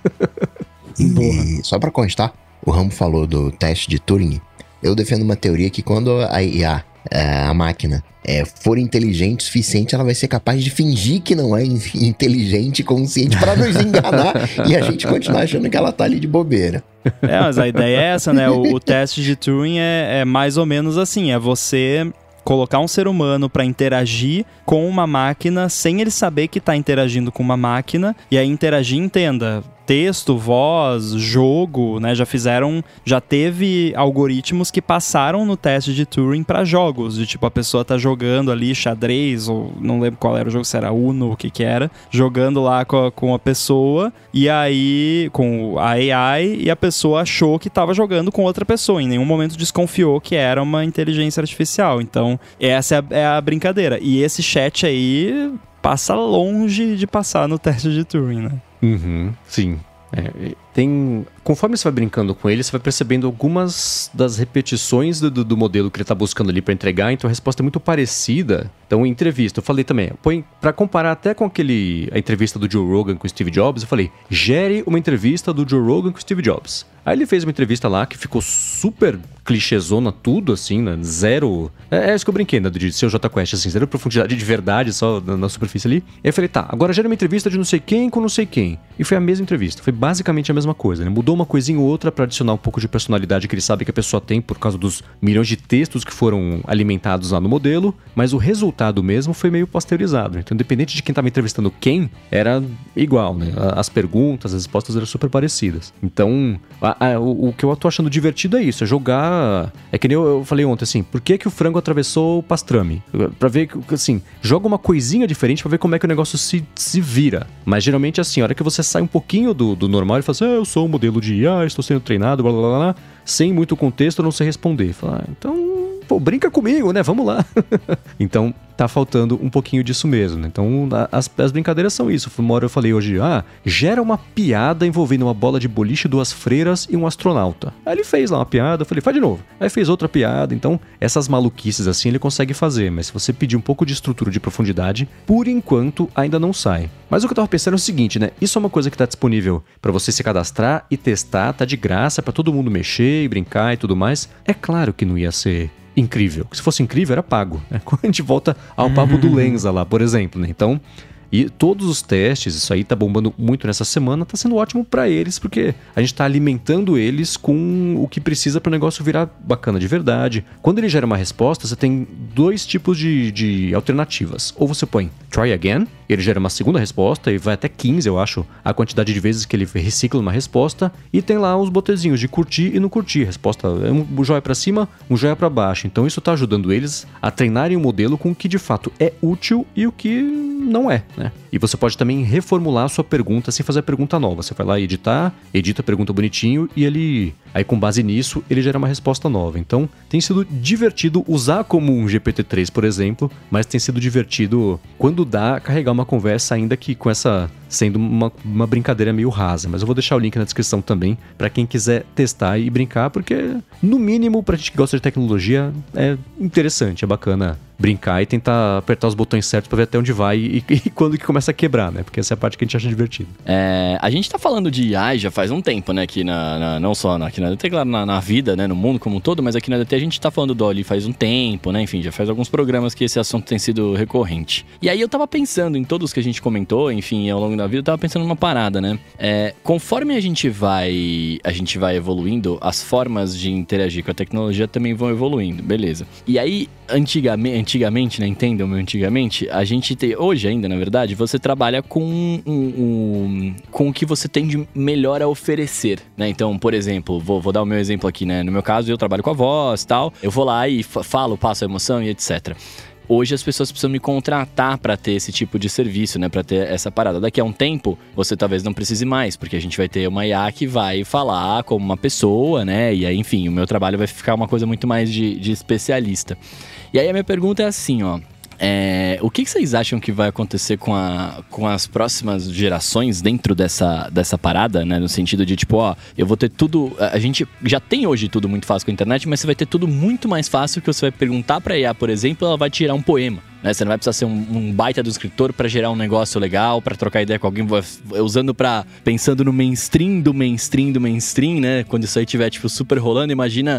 E só pra constar, o Rambo falou do teste de Turing. Eu defendo uma teoria que quando a IA, a máquina, for inteligente o suficiente, ela vai ser capaz de fingir que não é inteligente e consciente pra nos enganar e a gente continuar achando que ela tá ali de bobeira. Mas a ideia é essa, né? O teste de Turing é mais ou menos assim, é você colocar um ser humano para interagir com uma máquina sem ele saber que está interagindo com uma máquina, e aí interagir, entenda, texto, voz, jogo, né? Já teve algoritmos que passaram no teste de Turing para jogos, de tipo, a pessoa tá jogando ali xadrez, ou não lembro qual era o jogo, se era Uno, o que era, jogando lá com a pessoa, e aí, com a AI, e a pessoa achou que tava jogando com outra pessoa, em nenhum momento desconfiou que era uma inteligência artificial. Então, essa é a brincadeira. E esse chat aí passa longe de passar no teste de Turing, né? Sim. Conforme você vai brincando com ele, você vai percebendo algumas das repetições do modelo que ele está buscando ali para entregar, então a resposta é muito parecida. Então, em entrevista, eu falei também, para comparar até com a entrevista do Joe Rogan com o Steve Jobs, eu falei, gere uma entrevista do Joe Rogan com o Steve Jobs. Aí ele fez uma entrevista lá que ficou super clichêzona, tudo assim, né? Zero... É isso que eu brinquei, né? De ser o Jota Quest, assim, zero profundidade de verdade, só na superfície ali. Aí eu falei, tá, agora gera uma entrevista de não sei quem com não sei quem. E foi a mesma entrevista, foi basicamente a mesma coisa, né? Mudou uma coisinha ou outra para adicionar um pouco de personalidade que ele sabe que a pessoa tem por causa dos milhões de textos que foram alimentados lá no modelo, mas o resultado mesmo foi meio pasteurizado. Então, independente de quem estava entrevistando quem, era igual, né? As perguntas, as respostas eram super parecidas. Então, o que eu tô achando divertido é isso, é jogar... É que nem eu falei ontem, assim, por que o frango atravessou o pastrame? Pra ver, assim, joga uma coisinha diferente pra ver como é que o negócio se vira. Mas geralmente, assim, a hora que você sai um pouquinho do normal, ele fala assim, eu sou um modelo de IA, estou sendo treinado, blá blá blá blá, sem muito contexto, eu não sei responder. Fala, então, brinca comigo, né? Vamos lá. Então, tá faltando um pouquinho disso mesmo, né? Então, as brincadeiras são isso. Uma hora eu falei hoje, gera uma piada envolvendo uma bola de boliche, 2 freiras e um astronauta. Aí ele fez lá uma piada, eu falei, faz de novo. Aí fez outra piada, então, essas maluquices assim ele consegue fazer, mas se você pedir um pouco de estrutura, de profundidade, por enquanto ainda não sai. Mas o que eu tava pensando é o seguinte, né? Isso é uma coisa que tá disponível pra você se cadastrar e testar, tá de graça pra todo mundo mexer e brincar e tudo mais. É claro que não ia ser incrível. Se fosse incrível, era pago, né? Quando a gente volta ao papo do Lenza lá, por exemplo, né? Então, e todos os testes, isso aí tá bombando muito nessa semana, tá sendo ótimo pra eles, porque a gente tá alimentando eles com o que precisa pro negócio virar bacana de verdade. Quando ele gera uma resposta, você tem 2 tipos de alternativas. Ou você põe try again, ele gera uma segunda resposta e vai até 15, eu acho, a quantidade de vezes que ele recicla uma resposta, e tem lá os botõezinhos de curtir e não curtir. Resposta é um joia pra cima, um joia pra baixo. Então isso tá ajudando eles a treinarem o modelo com o que de fato é útil e o que não é, né? E você pode também reformular a sua pergunta sem fazer a pergunta nova. Você vai lá editar, edita a pergunta bonitinho e aí com base nisso, ele gera uma resposta nova. Então, tem sido divertido usar como um GPT-3, por exemplo, mas tem sido divertido quando dá carregar uma conversa, ainda que com essa sendo uma brincadeira meio rasa. Mas eu vou deixar o link na descrição também para quem quiser testar e brincar, porque no mínimo pra gente que gosta de tecnologia é interessante, é bacana brincar e tentar apertar os botões certos pra ver até onde vai e quando que começa a quebrar, né? Porque essa é a parte que a gente acha divertida. A gente tá falando de AI já faz um tempo, né? Aqui não só aqui na DT, claro, na vida, né? No mundo como um todo, mas aqui na DT a gente tá falando do Dolly faz um tempo, né? Enfim, já faz alguns programas que esse assunto tem sido recorrente. E aí eu tava pensando em todos que a gente comentou, enfim, ao longo da vida, eu tava pensando numa parada, né? Conforme a gente vai evoluindo, as formas de interagir com a tecnologia também vão evoluindo, beleza. E aí, antigamente, né? Entendam-me, antigamente, a gente tem... Hoje ainda, na verdade, você trabalha com o que você tem de melhor a oferecer, né? Então, por exemplo, vou dar o meu exemplo aqui, né? No meu caso, eu trabalho com a voz e tal. Eu vou lá e falo, passo a emoção e etc. Hoje as pessoas precisam me contratar para ter esse tipo de serviço, né? Para ter essa parada. Daqui a um tempo, você talvez não precise mais, porque a gente vai ter uma IA que vai falar como uma pessoa, né? E aí, enfim, o meu trabalho vai ficar uma coisa muito mais de especialista. E aí a minha pergunta é assim, ó. O que vocês acham que vai acontecer com as próximas gerações dentro dessa parada, né? No sentido de, tipo, eu vou ter tudo... A gente já tem hoje tudo muito fácil com a internet, mas você vai ter tudo muito mais fácil que você vai perguntar pra IA, por exemplo, ela vai tirar um poema. Né? Você não vai precisar ser um baita do escritor pra gerar um negócio legal, pra trocar ideia com alguém, pensando no mainstream do mainstream, né? Quando isso aí estiver, tipo, super rolando, imagina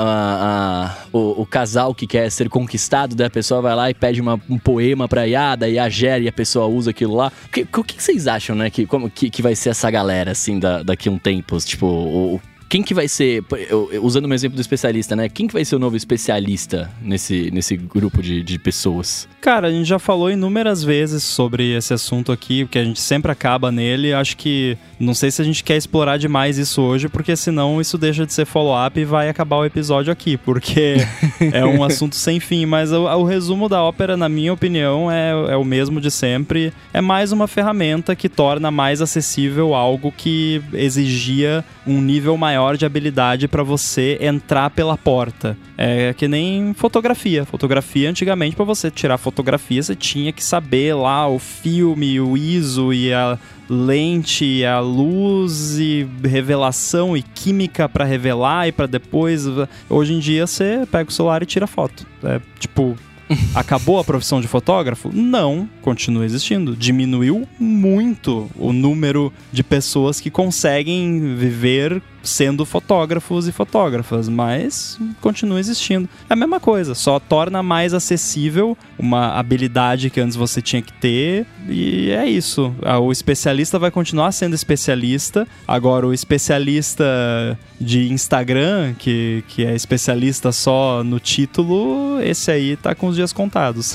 o casal que quer ser conquistado, daí a pessoa vai lá e pede um poema pra IA, daí a gera e a pessoa usa aquilo lá. O que vocês acham, né? Que vai ser essa galera, assim, daqui a um tempo? Tipo, quem que vai ser, usando o exemplo do especialista, né? Quem que vai ser o novo especialista nesse grupo de pessoas? Cara, a gente já falou inúmeras vezes sobre esse assunto aqui, porque a gente sempre acaba nele. Acho que, não sei se a gente quer explorar demais isso hoje, porque senão isso deixa de ser follow-up e vai acabar o episódio aqui, porque é um assunto sem fim. Mas o resumo da ópera, na minha opinião, é o mesmo de sempre. É mais uma ferramenta que torna mais acessível algo que exigia um nível maior de habilidade para você entrar pela porta. É que nem fotografia. Fotografia, antigamente, para você tirar fotografia, você tinha que saber lá o filme, o ISO e a lente, a luz e revelação e química para revelar e para depois... Hoje em dia, você pega o celular e tira foto. Tipo... Acabou a profissão de fotógrafo? Não, continua existindo. Diminuiu muito o número de pessoas que conseguem viver sendo fotógrafos e fotógrafas, mas continua existindo. É a mesma coisa, só torna mais acessível uma habilidade que antes você tinha que ter, e é isso. O especialista vai continuar sendo especialista. Agora, o especialista de Instagram, que é especialista só no título, esse aí tá com os dias contados.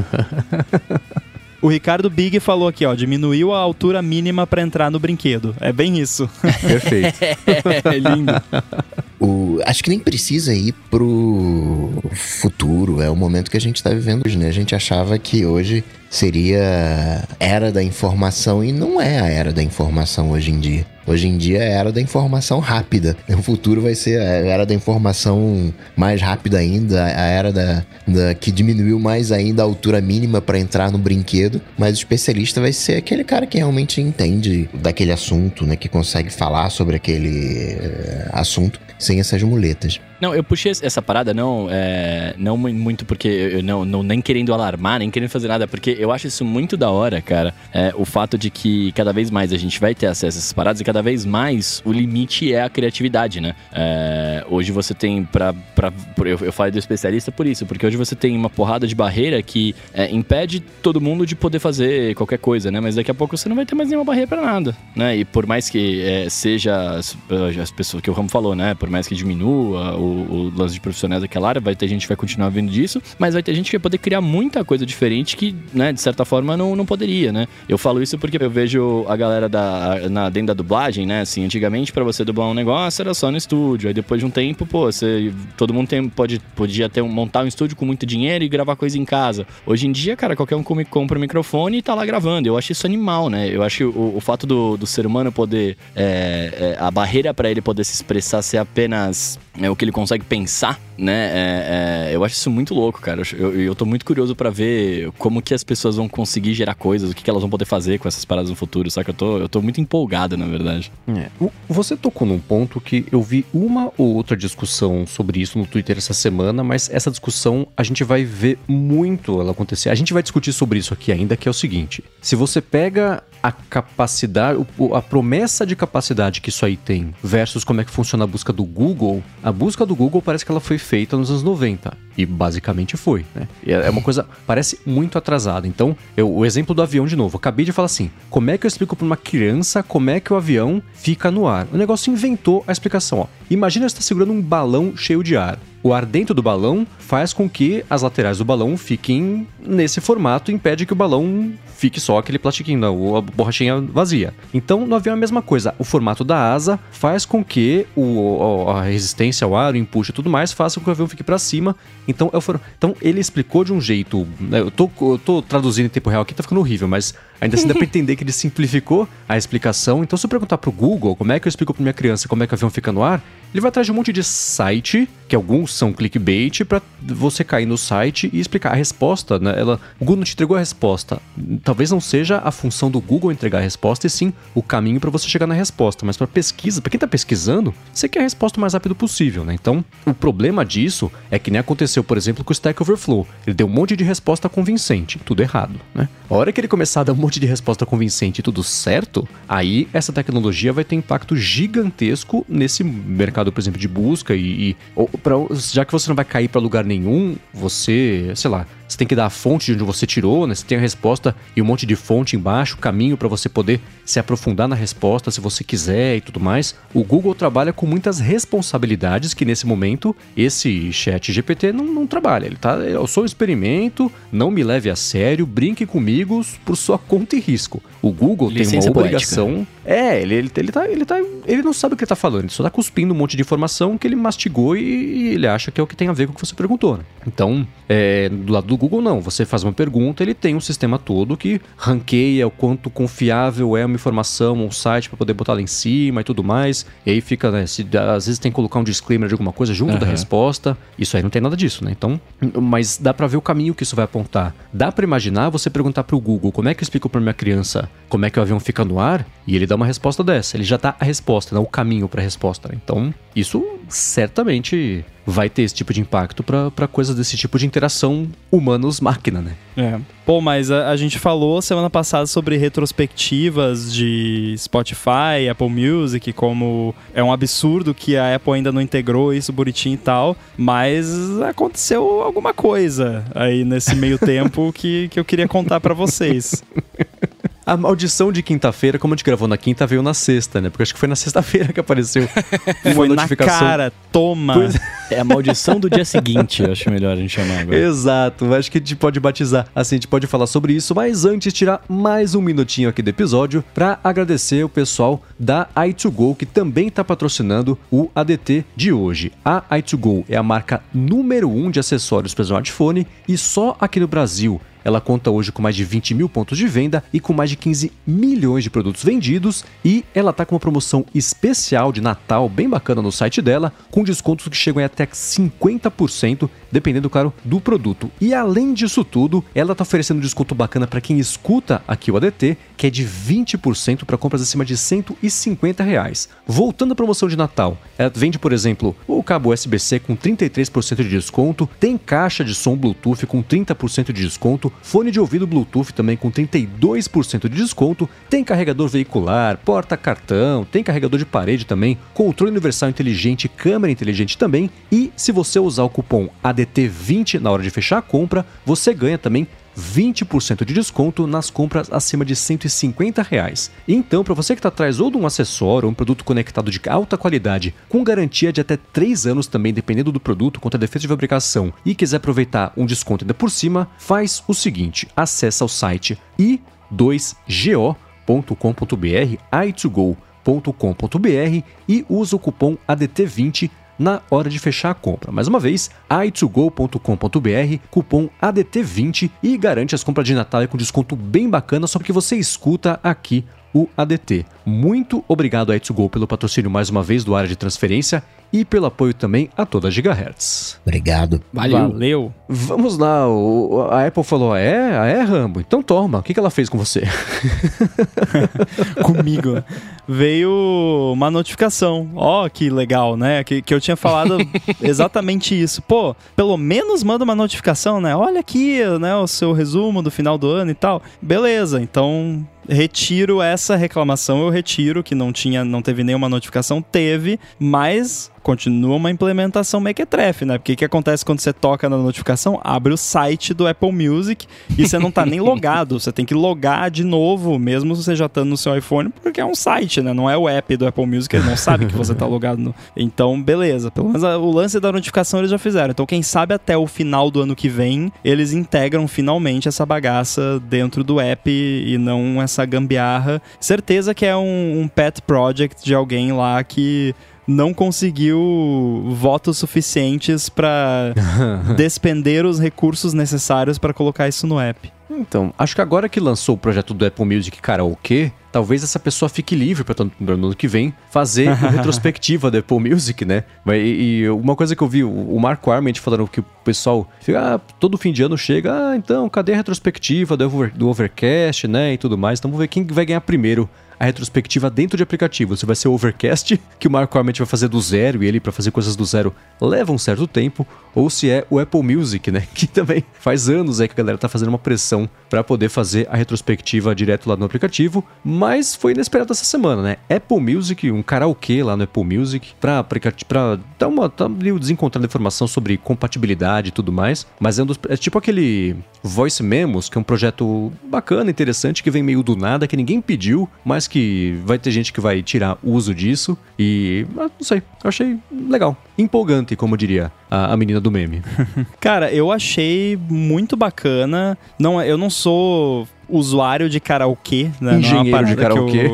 O Ricardo Big falou aqui, diminuiu a altura mínima pra entrar no brinquedo. É bem isso. Perfeito. É lindo. Acho que nem precisa ir pro futuro, é o momento que a gente tá vivendo hoje, né? A gente achava que hoje seria era da informação e não é a era da informação hoje em dia. Hoje em dia é a era da informação rápida. No futuro vai ser a era da informação mais rápida ainda, a era que diminuiu mais ainda a altura mínima para entrar no brinquedo, mas o especialista vai ser aquele cara que realmente entende daquele assunto, né? Que consegue falar sobre aquele assunto sem essas muletas. Não, eu puxei essa parada não muito porque eu não nem querendo alarmar, nem querendo fazer nada, porque eu acho isso muito da hora, cara. O fato de que cada vez mais a gente vai ter acesso a essas paradas e cada vez mais o limite é a criatividade, né? Hoje você tem eu falei do especialista por isso, porque hoje você tem uma porrada de barreira que impede todo mundo de poder fazer qualquer coisa, né? Mas daqui a pouco você não vai ter mais nenhuma barreira pra nada, né? E por mais que seja as pessoas que o Ramo falou, né? Por mais que diminua o lance de profissionais daquela área, vai ter gente que vai continuar vendo disso, mas vai ter gente que vai poder criar muita coisa diferente que, né, de certa forma não poderia, né? Eu falo isso porque eu vejo a galera dentro da dublagem, né? Assim, antigamente pra você dublar um negócio era só no estúdio, aí depois de um tempo, todo mundo podia montar um estúdio com muito dinheiro e gravar coisa em casa. Hoje em dia, cara, qualquer um compra um microfone e tá lá gravando. Eu acho isso animal, né? Eu acho que o fato do ser humano poder... a barreira pra ele poder se expressar ser apenas o que ele consegue pensar, né? Eu acho isso muito louco, cara. Eu tô muito curioso pra ver como que as pessoas vão conseguir gerar coisas, o que elas vão poder fazer com essas paradas no futuro, saca? Eu tô muito empolgado, na verdade. Você tocou num ponto que eu vi uma ou outra discussão sobre isso no Twitter essa semana, mas essa discussão a gente vai ver muito ela acontecer. A gente vai discutir sobre isso aqui ainda, que é o seguinte: se você pega a capacidade, a promessa de capacidade que isso aí tem versus como é que funciona a busca do Google, a busca do Google parece que ela foi feita nos anos 90. E basicamente foi, né? É uma coisa, parece muito atrasada. Então, o exemplo do avião de novo. Eu acabei de falar assim, como é que eu explico para uma criança como é que o avião fica no ar? O negócio inventou a explicação, ó. Imagina você está segurando um balão cheio de ar. O ar dentro do balão faz com que as laterais do balão fiquem nesse formato e impede que o balão fique só aquele plastiquinho, a borrachinha vazia. Então, no avião é a mesma coisa. O formato da asa faz com que a resistência ao ar, o input e tudo mais, faça com que o avião fique para cima. Então, ele explicou de um jeito... Né, eu tô traduzindo em tempo real aqui, tá ficando horrível, mas ainda assim dá pra entender que ele simplificou a explicação. Então, se eu perguntar pro Google como é que eu explico pra minha criança como é que o avião fica no ar, ele vai atrás de um monte de site, que alguns são clickbait, pra você cair no site e explicar a resposta, né? O Google não te entregou a resposta. Talvez não seja a função do Google entregar a resposta, e sim o caminho para você chegar na resposta. Mas para pesquisa, para quem tá pesquisando, você quer a resposta o mais rápido possível, né? Então, o problema disso é que nem aconteceu, por exemplo, com o Stack Overflow. Ele deu um monte de resposta convincente, tudo errado, né? A hora que ele começar a dar um monte de resposta convincente e tudo certo, aí essa tecnologia vai ter impacto gigantesco nesse mercado, por exemplo, de busca já que você não vai cair para lugar nenhum, você, sei lá, você tem que dar a fonte de onde você tirou, né? Você tem a resposta e um monte de fonte embaixo, caminho para você poder se aprofundar na resposta se você quiser e tudo mais. O Google trabalha com muitas responsabilidades que nesse momento esse chat GPT não trabalha. Eu sou um experimento, não me leve a sério, brinque comigo por sua conta e risco. O Google tem uma obrigação... Ele não sabe o que ele tá falando, ele só tá cuspindo um monte de informação que ele mastigou e ele acha que é o que tem a ver com o que você perguntou, né? Então, do lado do Google não, você faz uma pergunta, ele tem um sistema todo que ranqueia o quanto confiável é uma informação, um site para poder botar lá em cima e tudo mais, e aí fica, né, às vezes tem que colocar um disclaimer de alguma coisa junto da resposta, isso aí não tem nada disso, né? Então, mas dá para ver o caminho que isso vai apontar. Dá para imaginar você perguntar pro Google como é que eu explico para minha criança como é que o avião fica no ar, e ele dá uma resposta dessa, ele já dá a resposta, não o caminho para a resposta, né? Então, isso certamente vai ter esse tipo de impacto para coisas desse tipo de interação humanos-máquina, né? Pô, mas a gente falou semana passada sobre retrospectivas de Spotify, Apple Music, como é um absurdo que a Apple ainda não integrou isso bonitinho e tal, mas aconteceu alguma coisa aí nesse meio tempo que eu queria contar para vocês. A maldição de quinta-feira, como a gente gravou na quinta, veio na sexta, né? Porque acho que foi na sexta-feira que apareceu uma notificação. Na cara, toma! É a maldição do dia seguinte, eu acho melhor a gente chamar agora. Exato, acho que a gente pode batizar, assim, a gente pode falar sobre isso, mas antes tirar mais um minutinho aqui do episódio para agradecer o pessoal da i2Go, que também está patrocinando o ADT de hoje. A i2Go é a marca número 1 de acessórios para smartphone e só aqui no Brasil ela conta hoje com mais de 20 mil pontos de venda e com mais de 15 milhões de produtos vendidos, e ela tá com uma promoção especial de Natal bem bacana no site dela, com descontos que chegam até 50%, dependendo, claro, do produto. E além disso tudo, ela tá oferecendo um desconto bacana para quem escuta aqui o ADT, que é de 20% para compras acima de R$150. Voltando à promoção de Natal, ela vende, por exemplo, o cabo USB-C com 33% de desconto, tem caixa de som Bluetooth com 30% de desconto, fone de ouvido Bluetooth também com 32% de desconto, tem carregador veicular, porta-cartão, tem carregador de parede também, controle universal inteligente, câmera inteligente também, e se você usar o cupom ADT20 na hora de fechar a compra, você ganha também 20% de desconto nas compras acima de R$150. Então, para você que está atrás ou de um acessório ou um produto conectado de alta qualidade, com garantia de até 3 anos também, dependendo do produto, contra defeito de fabricação, e quiser aproveitar um desconto ainda por cima, faz o seguinte: acessa o site i2go.com.br, i2go.com.br, e usa o cupom ADT20 na hora de fechar a compra. Mais uma vez, i2go.com.br, cupom ADT20, e garante as compras de Natal com desconto bem bacana só porque você escuta aqui o ADT. Muito obrigado a i2Go pelo patrocínio mais uma vez do Área de Transferência, e pelo apoio também a toda a Gigahertz. Obrigado. Valeu. Vamos lá, a Apple falou, Rambo? Então toma, o que ela fez com você? Comigo. Veio uma notificação. Ó, que legal, né? Que eu tinha falado exatamente isso. Pô, pelo menos manda uma notificação, né? Olha aqui, né, o seu resumo do final do ano e tal. Beleza, então retiro essa reclamação, eu retiro que não teve nenhuma notificação, teve, mas continua uma implementação mequetrefe, né? Porque o que acontece quando você toca na notificação? Abre o site do Apple Music e você não tá nem logado, você tem que logar de novo, mesmo você já estando no seu iPhone, porque é um site, né? Não é o app do Apple Music, ele não sabe que você tá logado no... Então, beleza. Pelo menos o lance da notificação eles já fizeram. Então, quem sabe até o final do ano que vem, eles integram finalmente essa bagaça dentro do app e não essa gambiarra. Certeza que é um pet project de alguém lá que não conseguiu votos suficientes para despender os recursos necessários para colocar isso no app. Então, acho que agora que lançou o projeto do Apple Music Karaokê, talvez essa pessoa fique livre para no ano que vem fazer a retrospectiva do Apple Music, né? E uma coisa que eu vi, o Marco Arment falando que o pessoal fica, todo fim de ano chega, então, cadê a retrospectiva do Overcast, né? E tudo mais. Então, vamos ver quem vai ganhar primeiro a retrospectiva dentro de aplicativo. Se vai ser o Overcast, que o Marco Arment vai fazer do zero, e ele, para fazer coisas do zero, leva um certo tempo, ou se é o Apple Music, né? Que também faz anos aí que a galera tá fazendo uma pressão para poder fazer a retrospectiva direto lá no aplicativo, mas foi inesperado essa semana, né? Apple Music, um karaokê lá no Apple Music, pra dar uma... tá meio desencontrando informação sobre compatibilidade e tudo mais, mas é tipo aquele Voice Memos, que é um projeto bacana, interessante, que vem meio do nada, que ninguém pediu, mas que vai ter gente que vai tirar uso disso e, não sei, eu achei legal, empolgante, como diria a menina do meme. Cara, eu achei muito bacana. Eu não sou usuário de karaokê, né? Engenheiro de karaokê.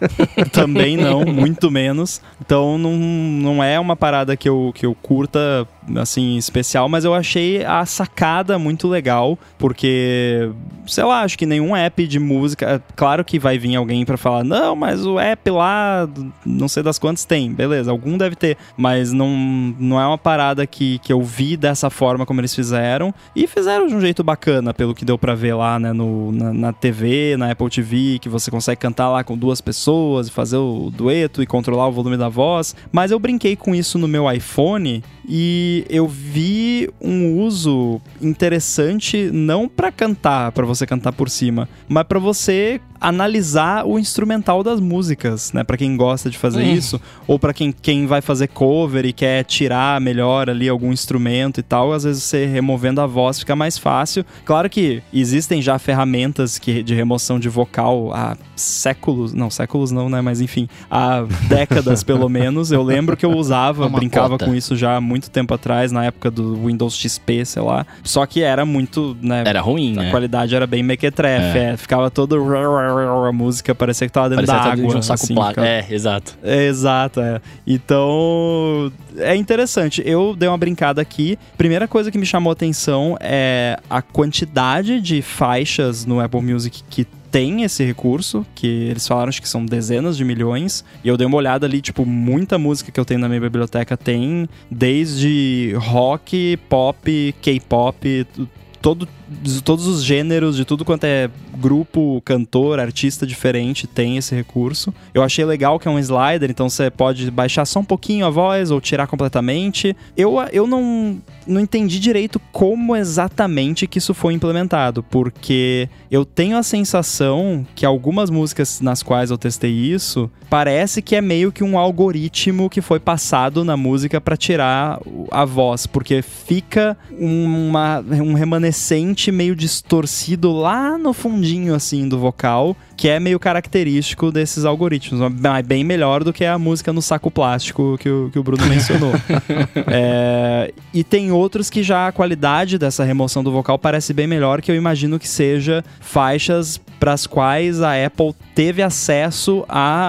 Também não, muito menos. Então não é uma parada que eu curta, assim, especial, mas eu achei a sacada muito legal, porque, sei lá, acho que nenhum app de música... Claro que vai vir alguém pra falar, não, mas o app lá, não sei das quantas tem. Beleza, algum deve ter, mas não é uma parada que eu vi dessa forma como eles fizeram, e fizeram de um jeito bacana, pelo que deu pra ver lá, né, na TV, na Apple TV, que você consegue cantar lá com duas pessoas e fazer o dueto e controlar o volume da voz. Mas eu brinquei com isso no meu iPhone e eu vi um uso interessante, não pra cantar, pra você cantar por cima, mas pra você analisar o instrumental das músicas, né? Pra quem gosta de fazer isso, ou pra quem vai fazer cover e quer tirar melhor ali algum instrumento e tal, às vezes você removendo a voz fica mais fácil. Claro que existem já ferramentas de remoção de vocal há séculos não, né? Mas enfim, há décadas pelo menos. Eu lembro que eu brincava com isso já há muito tempo atrás, na época do Windows XP, sei lá. Só que era muito, né? Era ruim, a né? qualidade era bem mequetrefe, ficava todo... A música parecia que tava dentro da água. De um saco assim, plástico. Exato. Exato, Então, é interessante. Eu dei uma brincada aqui. Primeira coisa que me chamou a atenção é a quantidade de faixas no Apple Music que tem esse recurso, que eles falaram, acho que são dezenas de milhões, e eu dei uma olhada ali, tipo, muita música que eu tenho na minha biblioteca tem, desde rock, pop, K-pop, todos os gêneros, de tudo quanto é grupo, cantor, artista diferente, tem esse recurso. Eu achei legal que é um slider, então você pode baixar só um pouquinho a voz ou tirar completamente. Eu não entendi direito como exatamente que isso foi implementado, porque eu tenho a sensação que algumas músicas nas quais eu testei isso, parece que é meio que um algoritmo que foi passado na música para tirar a voz, porque fica um remanescente meio distorcido lá no fundinho, assim, do vocal, que é meio característico desses algoritmos, mas bem melhor do que a música no saco plástico que o Bruno mencionou. E tem outros que já a qualidade dessa remoção do vocal parece bem melhor, que eu imagino que seja faixas para as quais a Apple teve acesso a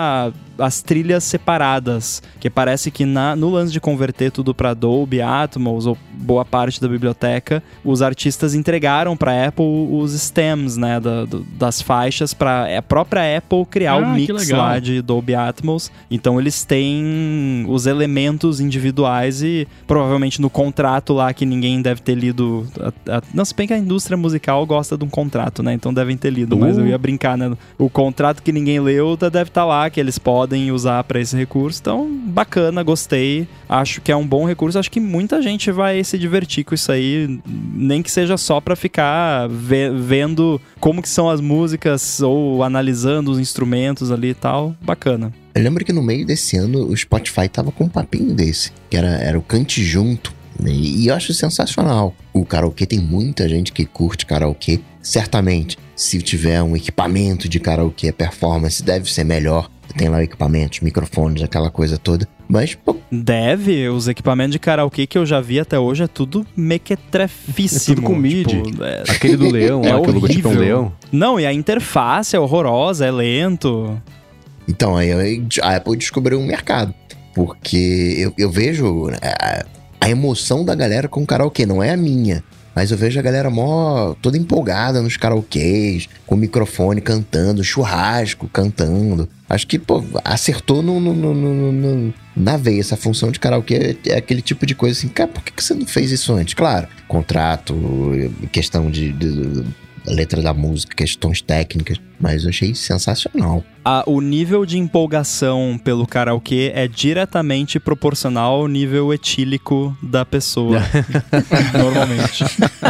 as trilhas separadas, que parece que no lance de converter tudo para Dolby Atmos ou boa parte da biblioteca, os artistas entregaram para Apple os stems, né, das faixas para a própria Apple criar o mix lá de Dolby Atmos. Então eles têm os elementos individuais e provavelmente no contrato lá que ninguém deve ter lido, não, se bem que a indústria musical gosta de um contrato, né, então devem ter lido, mas eu ia brincar, né, o contrato que ninguém leu deve estar lá, que eles podem usar para esse recurso. Então, bacana, gostei. Acho que é um bom recurso. Acho que muita gente vai se divertir com isso aí, nem que seja só para ficar vendo como que são as músicas ou analisando os instrumentos ali e tal. Bacana. Eu lembro que no meio desse ano o Spotify tava com um papinho desse, que era o Cante Junto. E eu acho sensacional. O karaokê, tem muita gente que curte karaokê. Certamente, se tiver um equipamento de karaokê, a performance deve ser melhor. Tem lá equipamentos, microfones, aquela coisa toda. Mas, pô... os equipamentos de karaokê que eu já vi até hoje é tudo mequetrefíssimo. É tudo com MIDI. Tipo, aquele do leão, lá, que o logotipo é um leão. Não, e a interface é horrorosa, é lento. Então, aí a Apple descobriu um mercado. Porque eu vejo a emoção da galera com karaokê, não é a minha. Mas eu vejo a galera toda empolgada nos karaokês, com o microfone cantando, churrasco cantando. Acho que, pô, acertou na veia. Essa função de karaokê é aquele tipo de coisa assim, cara, por que você não fez isso antes? Claro, contrato, questão de letra da música, questões técnicas, mas eu achei sensacional. O nível de empolgação pelo karaokê é diretamente proporcional ao nível etílico da pessoa, normalmente.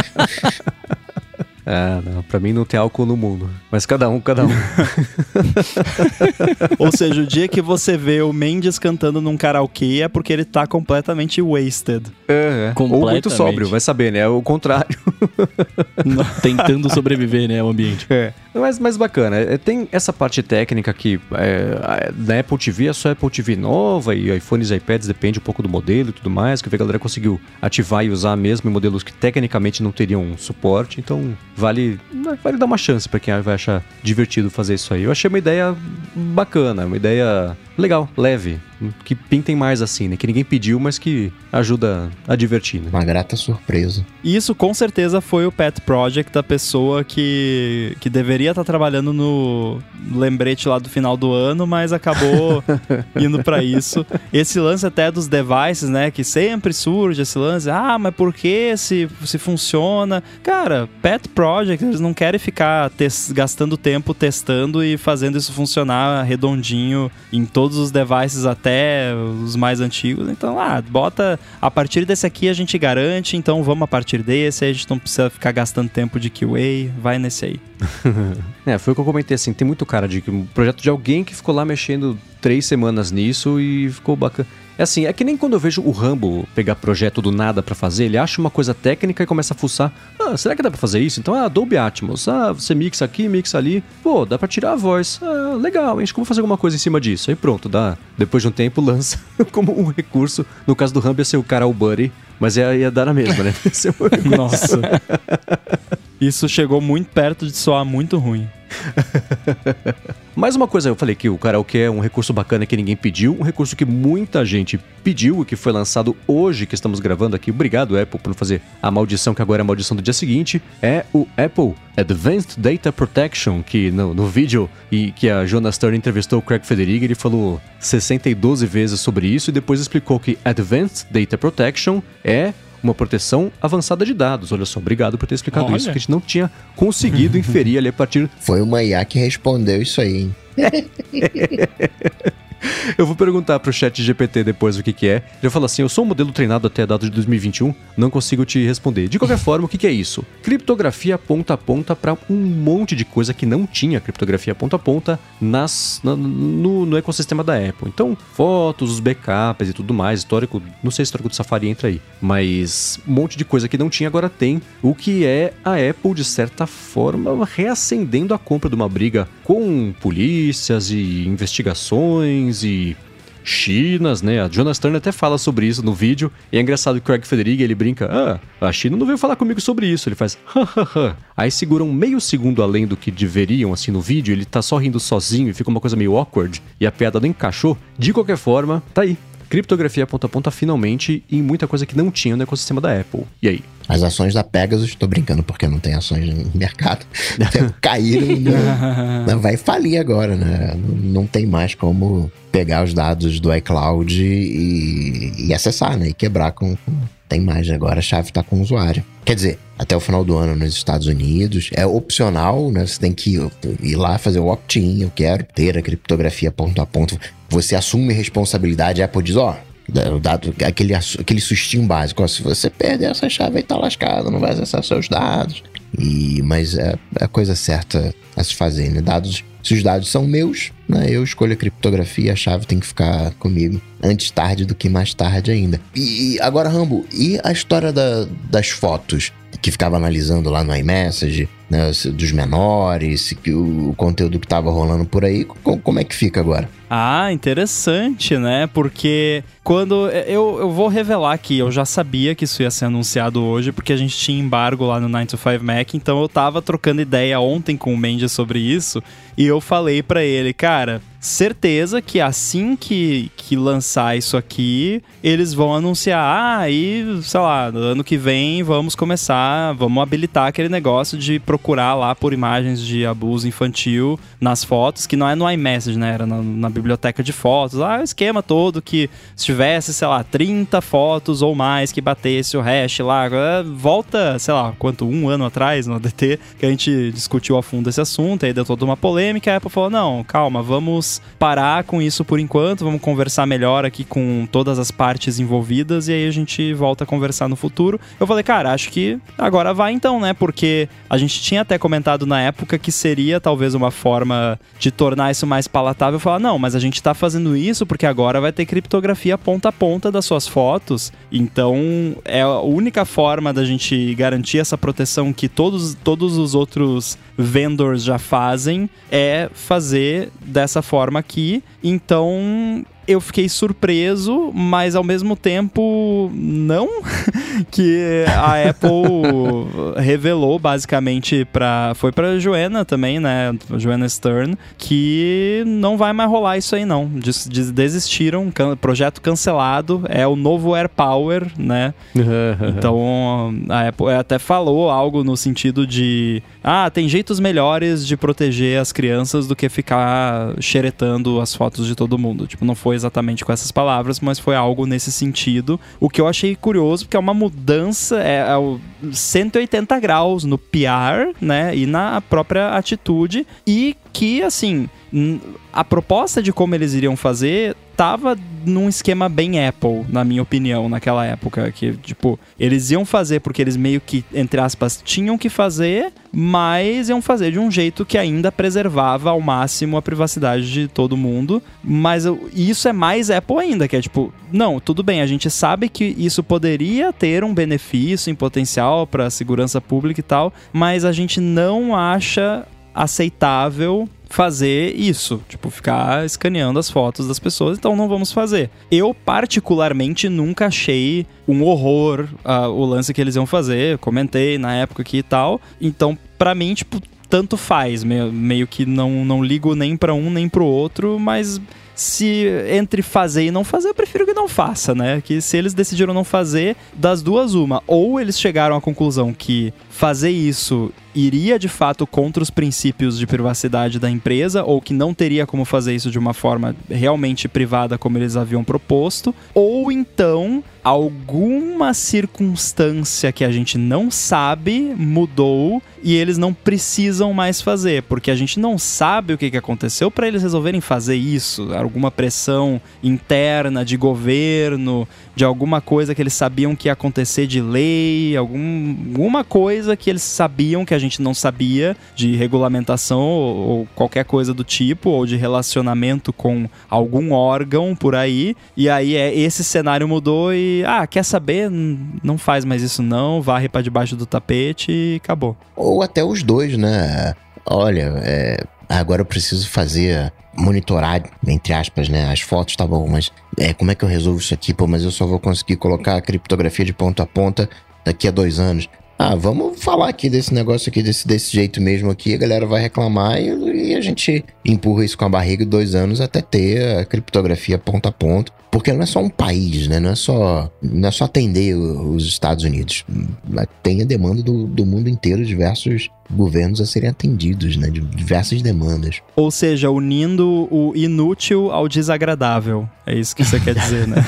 Não, pra mim não tem álcool no mundo, mas cada um. Ou seja, o dia que você vê o Mendes cantando num karaokê é porque ele tá completamente wasted. Ou muito sóbrio, vai saber, né? É o contrário. Tentando sobreviver, né, ao ambiente. Mas bacana, tem essa parte técnica que na Apple TV é só Apple TV nova e iPhones e iPads depende um pouco do modelo e tudo mais, que a galera conseguiu ativar e usar mesmo em modelos que tecnicamente não teriam suporte, então vale dar uma chance pra quem vai achar divertido fazer isso aí. Eu achei uma ideia bacana, uma ideia legal, leve, que pintem mais assim, né? Que ninguém pediu, mas que ajuda a divertir, né? Uma grata surpresa. E isso com certeza foi o pet project da pessoa que deveria estar trabalhando no lembrete lá do final do ano, mas acabou indo pra isso. Esse lance até dos devices, né? Que sempre surge esse lance. Mas por que se funciona? Cara, pet project, eles não querem ficar gastando tempo testando e fazendo isso funcionar redondinho em todos os devices, até os mais antigos. Então, bota, a partir desse aqui a gente garante, então vamos a partir desse, aí a gente não precisa ficar gastando tempo de QA, vai nesse aí. Foi o que eu comentei, assim, tem muito cara de um projeto de alguém que ficou lá mexendo 3 semanas nisso e ficou bacana. É assim, é que nem quando eu vejo o Rambo pegar projeto do nada pra fazer, ele acha uma coisa técnica e começa a fuçar. Será que dá pra fazer isso? Então, Dolby Atmos. Você mixa aqui, mixa ali. Pô, dá pra tirar a voz. Legal, acho que eu vou fazer alguma coisa em cima disso. Aí pronto, dá. Depois de um tempo, lança como um recurso. No caso do Rambo ia ser o Karao Buddy, mas ia dar na mesma, né? Nossa. Isso chegou muito perto de soar muito ruim. Mais uma coisa, eu falei que o karaokê é um recurso bacana que ninguém pediu, um recurso que muita gente pediu e que foi lançado hoje, que estamos gravando aqui. Obrigado, Apple, por não fazer a maldição, que agora é a maldição do dia seguinte. É o Apple Advanced Data Protection, que no vídeo e que a Jonas Stern entrevistou o Craig Federighi, ele falou 62 vezes sobre isso e depois explicou que Advanced Data Protection é uma proteção avançada de dados. Olha só, obrigado por ter explicado isso, que a gente não tinha conseguido inferir ali a partir... Foi uma IA que respondeu isso aí, hein? Eu vou perguntar pro chat GPT depois o que é. Ele falou assim, eu sou um modelo treinado até a data de 2021, não consigo te responder. De qualquer forma, o que é isso? Criptografia ponta a ponta para um monte de coisa que não tinha criptografia ponta a ponta no ecossistema da Apple. Então, fotos, os backups e tudo mais, histórico, não sei se o histórico do Safari entra aí, mas um monte de coisa que não tinha agora tem, o que é a Apple, de certa forma, reacendendo a compra de uma briga com polícias e investigações e Chinas, né? A Jonas Stern até fala sobre isso no vídeo. E é engraçado que o Craig Federighi, ele brinca, a China não veio falar comigo sobre isso. Ele faz, hahaha. Aí seguram meio segundo além do que deveriam, assim, no vídeo. Ele tá só rindo sozinho e fica uma coisa meio awkward. E a piada não encaixou. De qualquer forma, tá aí. Criptografia ponta a ponta finalmente em muita coisa que não tinha no ecossistema da Apple. E aí? As ações da Pegasus, tô brincando porque não tem ações no mercado, caíram, né? Vai falir agora, né? Não tem mais como pegar os dados do iCloud e acessar, né? E quebrar com... Tem mais, agora a chave tá com o usuário. Quer dizer, até o final do ano nos Estados Unidos, é opcional, né? Você tem que ir lá fazer o opt-in, eu quero ter a criptografia ponto a ponto. Você assume responsabilidade, a Apple diz, o dado, aquele sustinho básico, se você perder essa chave aí tá lascado, não vai acessar seus dados. Mas é a coisa certa a se fazer, né? Se os dados são meus, né, eu escolho a criptografia, a chave tem que ficar comigo antes tarde do que mais tarde ainda. E agora, Rambo, e a história das fotos que ficava analisando lá no iMessage, né, dos menores, o conteúdo que tava rolando por aí, como é que fica agora? Interessante, né? Porque quando... Eu vou revelar aqui, eu já sabia que isso ia ser anunciado hoje, porque a gente tinha embargo lá no 9to5Mac, então eu tava trocando ideia ontem com o Mendes sobre isso, e eu falei pra ele, cara, certeza que assim que lançar isso aqui, eles vão anunciar, sei lá, ano que vem vamos habilitar aquele negócio de procurar lá por imagens de abuso infantil nas fotos, que não é no iMessage, né? Era na biblioteca de fotos, o esquema todo que se tivesse, sei lá, 30 fotos ou mais que batesse o hash lá, volta, sei lá, um ano atrás no ADT, que a gente discutiu a fundo esse assunto, aí deu toda uma polêmica, a Apple falou, não, calma, vamos parar com isso por enquanto, vamos conversar melhor aqui com todas as partes envolvidas e aí a gente volta a conversar no futuro. Eu falei, cara, acho que agora vai então, né? Porque a gente tinha até comentado na época que seria talvez uma forma de tornar isso mais palatável, falar, não, mas a gente tá fazendo isso porque agora vai ter criptografia ponta a ponta das suas fotos, então é a única forma da gente garantir essa proteção que todos os outros vendors já fazem, é fazer dessa forma aqui. Então eu fiquei surpreso, mas ao mesmo tempo não, que a Apple revelou basicamente foi pra Joanna também, né, Joanna Stern, que não vai mais rolar isso aí não, desistiram, projeto cancelado, é o novo AirPower, né, então a Apple até falou algo no sentido de, tem jeitos melhores de proteger as crianças do que ficar xeretando as fotos de todo mundo, tipo, não foi exatamente com essas palavras, mas foi algo nesse sentido. O que eu achei curioso, porque é uma mudança, é 180 graus no PR, né, e na própria atitude, e que, assim, a proposta de como eles iriam fazer tava num esquema bem Apple, na minha opinião, naquela época, que, tipo, eles iam fazer porque eles meio que, entre aspas, tinham que fazer, mas iam fazer de um jeito que ainda preservava ao máximo a privacidade de todo mundo, mas isso é mais Apple ainda, que é tipo, não, tudo bem, a gente sabe que isso poderia ter um benefício em potencial para a segurança pública e tal, mas a gente não acha aceitável fazer isso, tipo, ficar escaneando as fotos das pessoas, então não vamos fazer. Eu, particularmente, nunca achei um horror o lance que eles iam fazer, comentei na época aqui e tal, então, pra mim, tipo, tanto faz, meio que não ligo nem pra um nem pro outro, mas se entre fazer e não fazer, eu prefiro que não faça, né? Que se eles decidiram não fazer, das duas uma, ou eles chegaram à conclusão que fazer isso iria de fato contra os princípios de privacidade da empresa, ou que não teria como fazer isso de uma forma realmente privada como eles haviam proposto, ou então alguma circunstância que a gente não sabe mudou e eles não precisam mais fazer, porque a gente não sabe o que aconteceu para eles resolverem fazer isso, alguma pressão interna de governo, de alguma coisa que eles sabiam que ia acontecer de lei, alguma coisa que eles sabiam que a gente não sabia, de regulamentação ou qualquer coisa do tipo, ou de relacionamento com algum órgão por aí, e aí esse cenário mudou e, quer saber? Não faz mais isso não, varre pra debaixo do tapete e acabou. Ou até os dois, né? Olha, agora eu preciso monitorar, entre aspas, né? As fotos, tá bom, mas como é que eu resolvo isso aqui? Pô, mas eu só vou conseguir colocar a criptografia de ponta a ponta daqui a 2 anos. Vamos falar aqui desse negócio aqui, desse jeito mesmo aqui, a galera vai reclamar e a gente empurra isso com a barriga 2 anos até ter a criptografia ponta a ponta. Porque não é só um país, né? Não é só atender os Estados Unidos. Tem a demanda do mundo inteiro, diversos governos a serem atendidos, né? De diversas demandas. Ou seja, unindo o inútil ao desagradável. É isso que você quer dizer, né?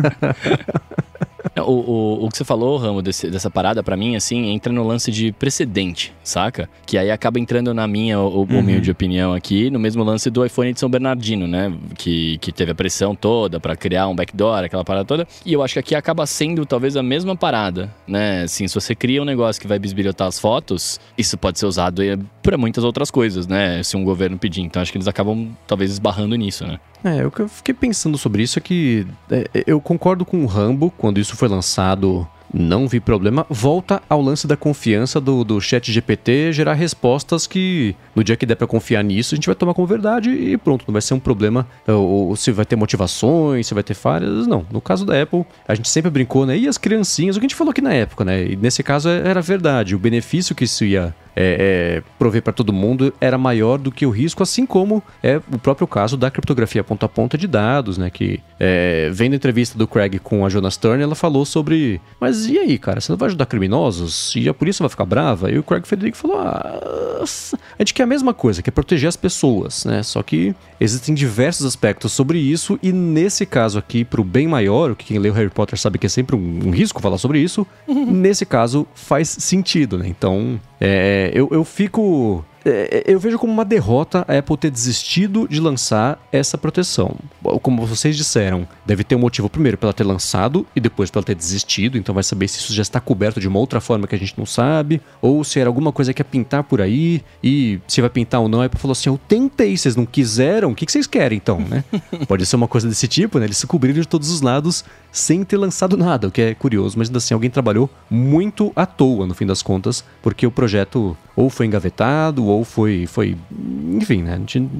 O que você falou, Ramo, dessa parada, pra mim, assim, entra no lance de precedente, saca? Que aí acaba entrando na minha humilde opinião aqui, no mesmo lance do iPhone de São Bernardino, né? Que teve a pressão toda pra criar um backdoor, aquela parada toda. E eu acho que aqui acaba sendo, talvez, a mesma parada, né? Assim, se você cria um negócio que vai bisbilhotar as fotos, isso pode ser usado pra muitas outras coisas, né? Se um governo pedir. Então, acho que eles acabam, talvez, esbarrando nisso, né? O que eu fiquei pensando sobre isso é que eu concordo com o Rambo, quando isso foi lançado, não vi problema. Volta ao lance da confiança do ChatGPT gerar respostas que, no dia que der pra confiar nisso, a gente vai tomar como verdade e pronto, não vai ser um problema. Ou se vai ter motivações, se vai ter falhas, não. No caso da Apple, a gente sempre brincou, né? E as criancinhas, o que a gente falou aqui na época, né? E nesse caso era verdade, o benefício que isso ia prover para todo mundo era maior do que o risco, assim como é o próprio caso da criptografia ponta a ponta de dados, né? Que vendo a entrevista do Craig com a Jonas Turner, ela falou sobre, mas e aí, cara, você não vai ajudar criminosos? E a polícia vai ficar brava? E o Craig Federico falou, a gente quer a mesma coisa, que é proteger as pessoas, né? Só que existem diversos aspectos sobre isso e nesse caso aqui, pro bem maior, o que quem lê o Harry Potter sabe que é sempre um risco falar sobre isso, nesse caso faz sentido, né? Então, eu fico... Eu vejo como uma derrota a Apple ter desistido de lançar essa proteção. Como vocês disseram, deve ter um motivo primeiro para ela ter lançado e depois para ela ter desistido, então vai saber se isso já está coberto de uma outra forma que a gente não sabe, ou se era alguma coisa que ia pintar por aí, e se vai pintar ou não, a Apple falou assim, eu tentei, vocês não quiseram, o que vocês querem então, né? Pode ser uma coisa desse tipo, né? Eles se cobriram de todos os lados sem ter lançado nada, o que é curioso, mas ainda assim alguém trabalhou muito à toa, no fim das contas, porque o projeto ou foi engavetado, ou foi enfim, né?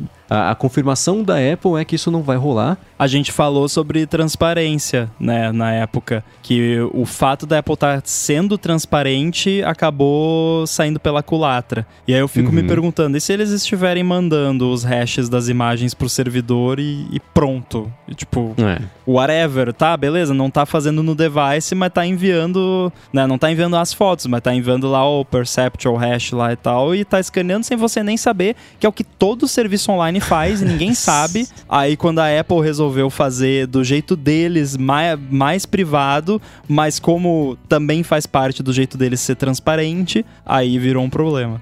A confirmação da Apple é que isso não vai rolar. A gente falou sobre transparência, né, na época, que o fato da Apple estar sendo transparente acabou saindo pela culatra. E aí eu fico me perguntando, e se eles estiverem mandando os hashes das imagens pro servidor e pronto? E, tipo, whatever, tá, beleza, não tá fazendo no device, mas tá enviando, né, não tá enviando as fotos, mas tá enviando lá o perceptual hash lá e tal, e tá escaneando sem você nem saber, que é o que todo serviço online faz e ninguém sabe. Aí quando a Apple resolveu fazer do jeito deles, mais privado, mas como também faz parte do jeito deles ser transparente, aí virou um problema.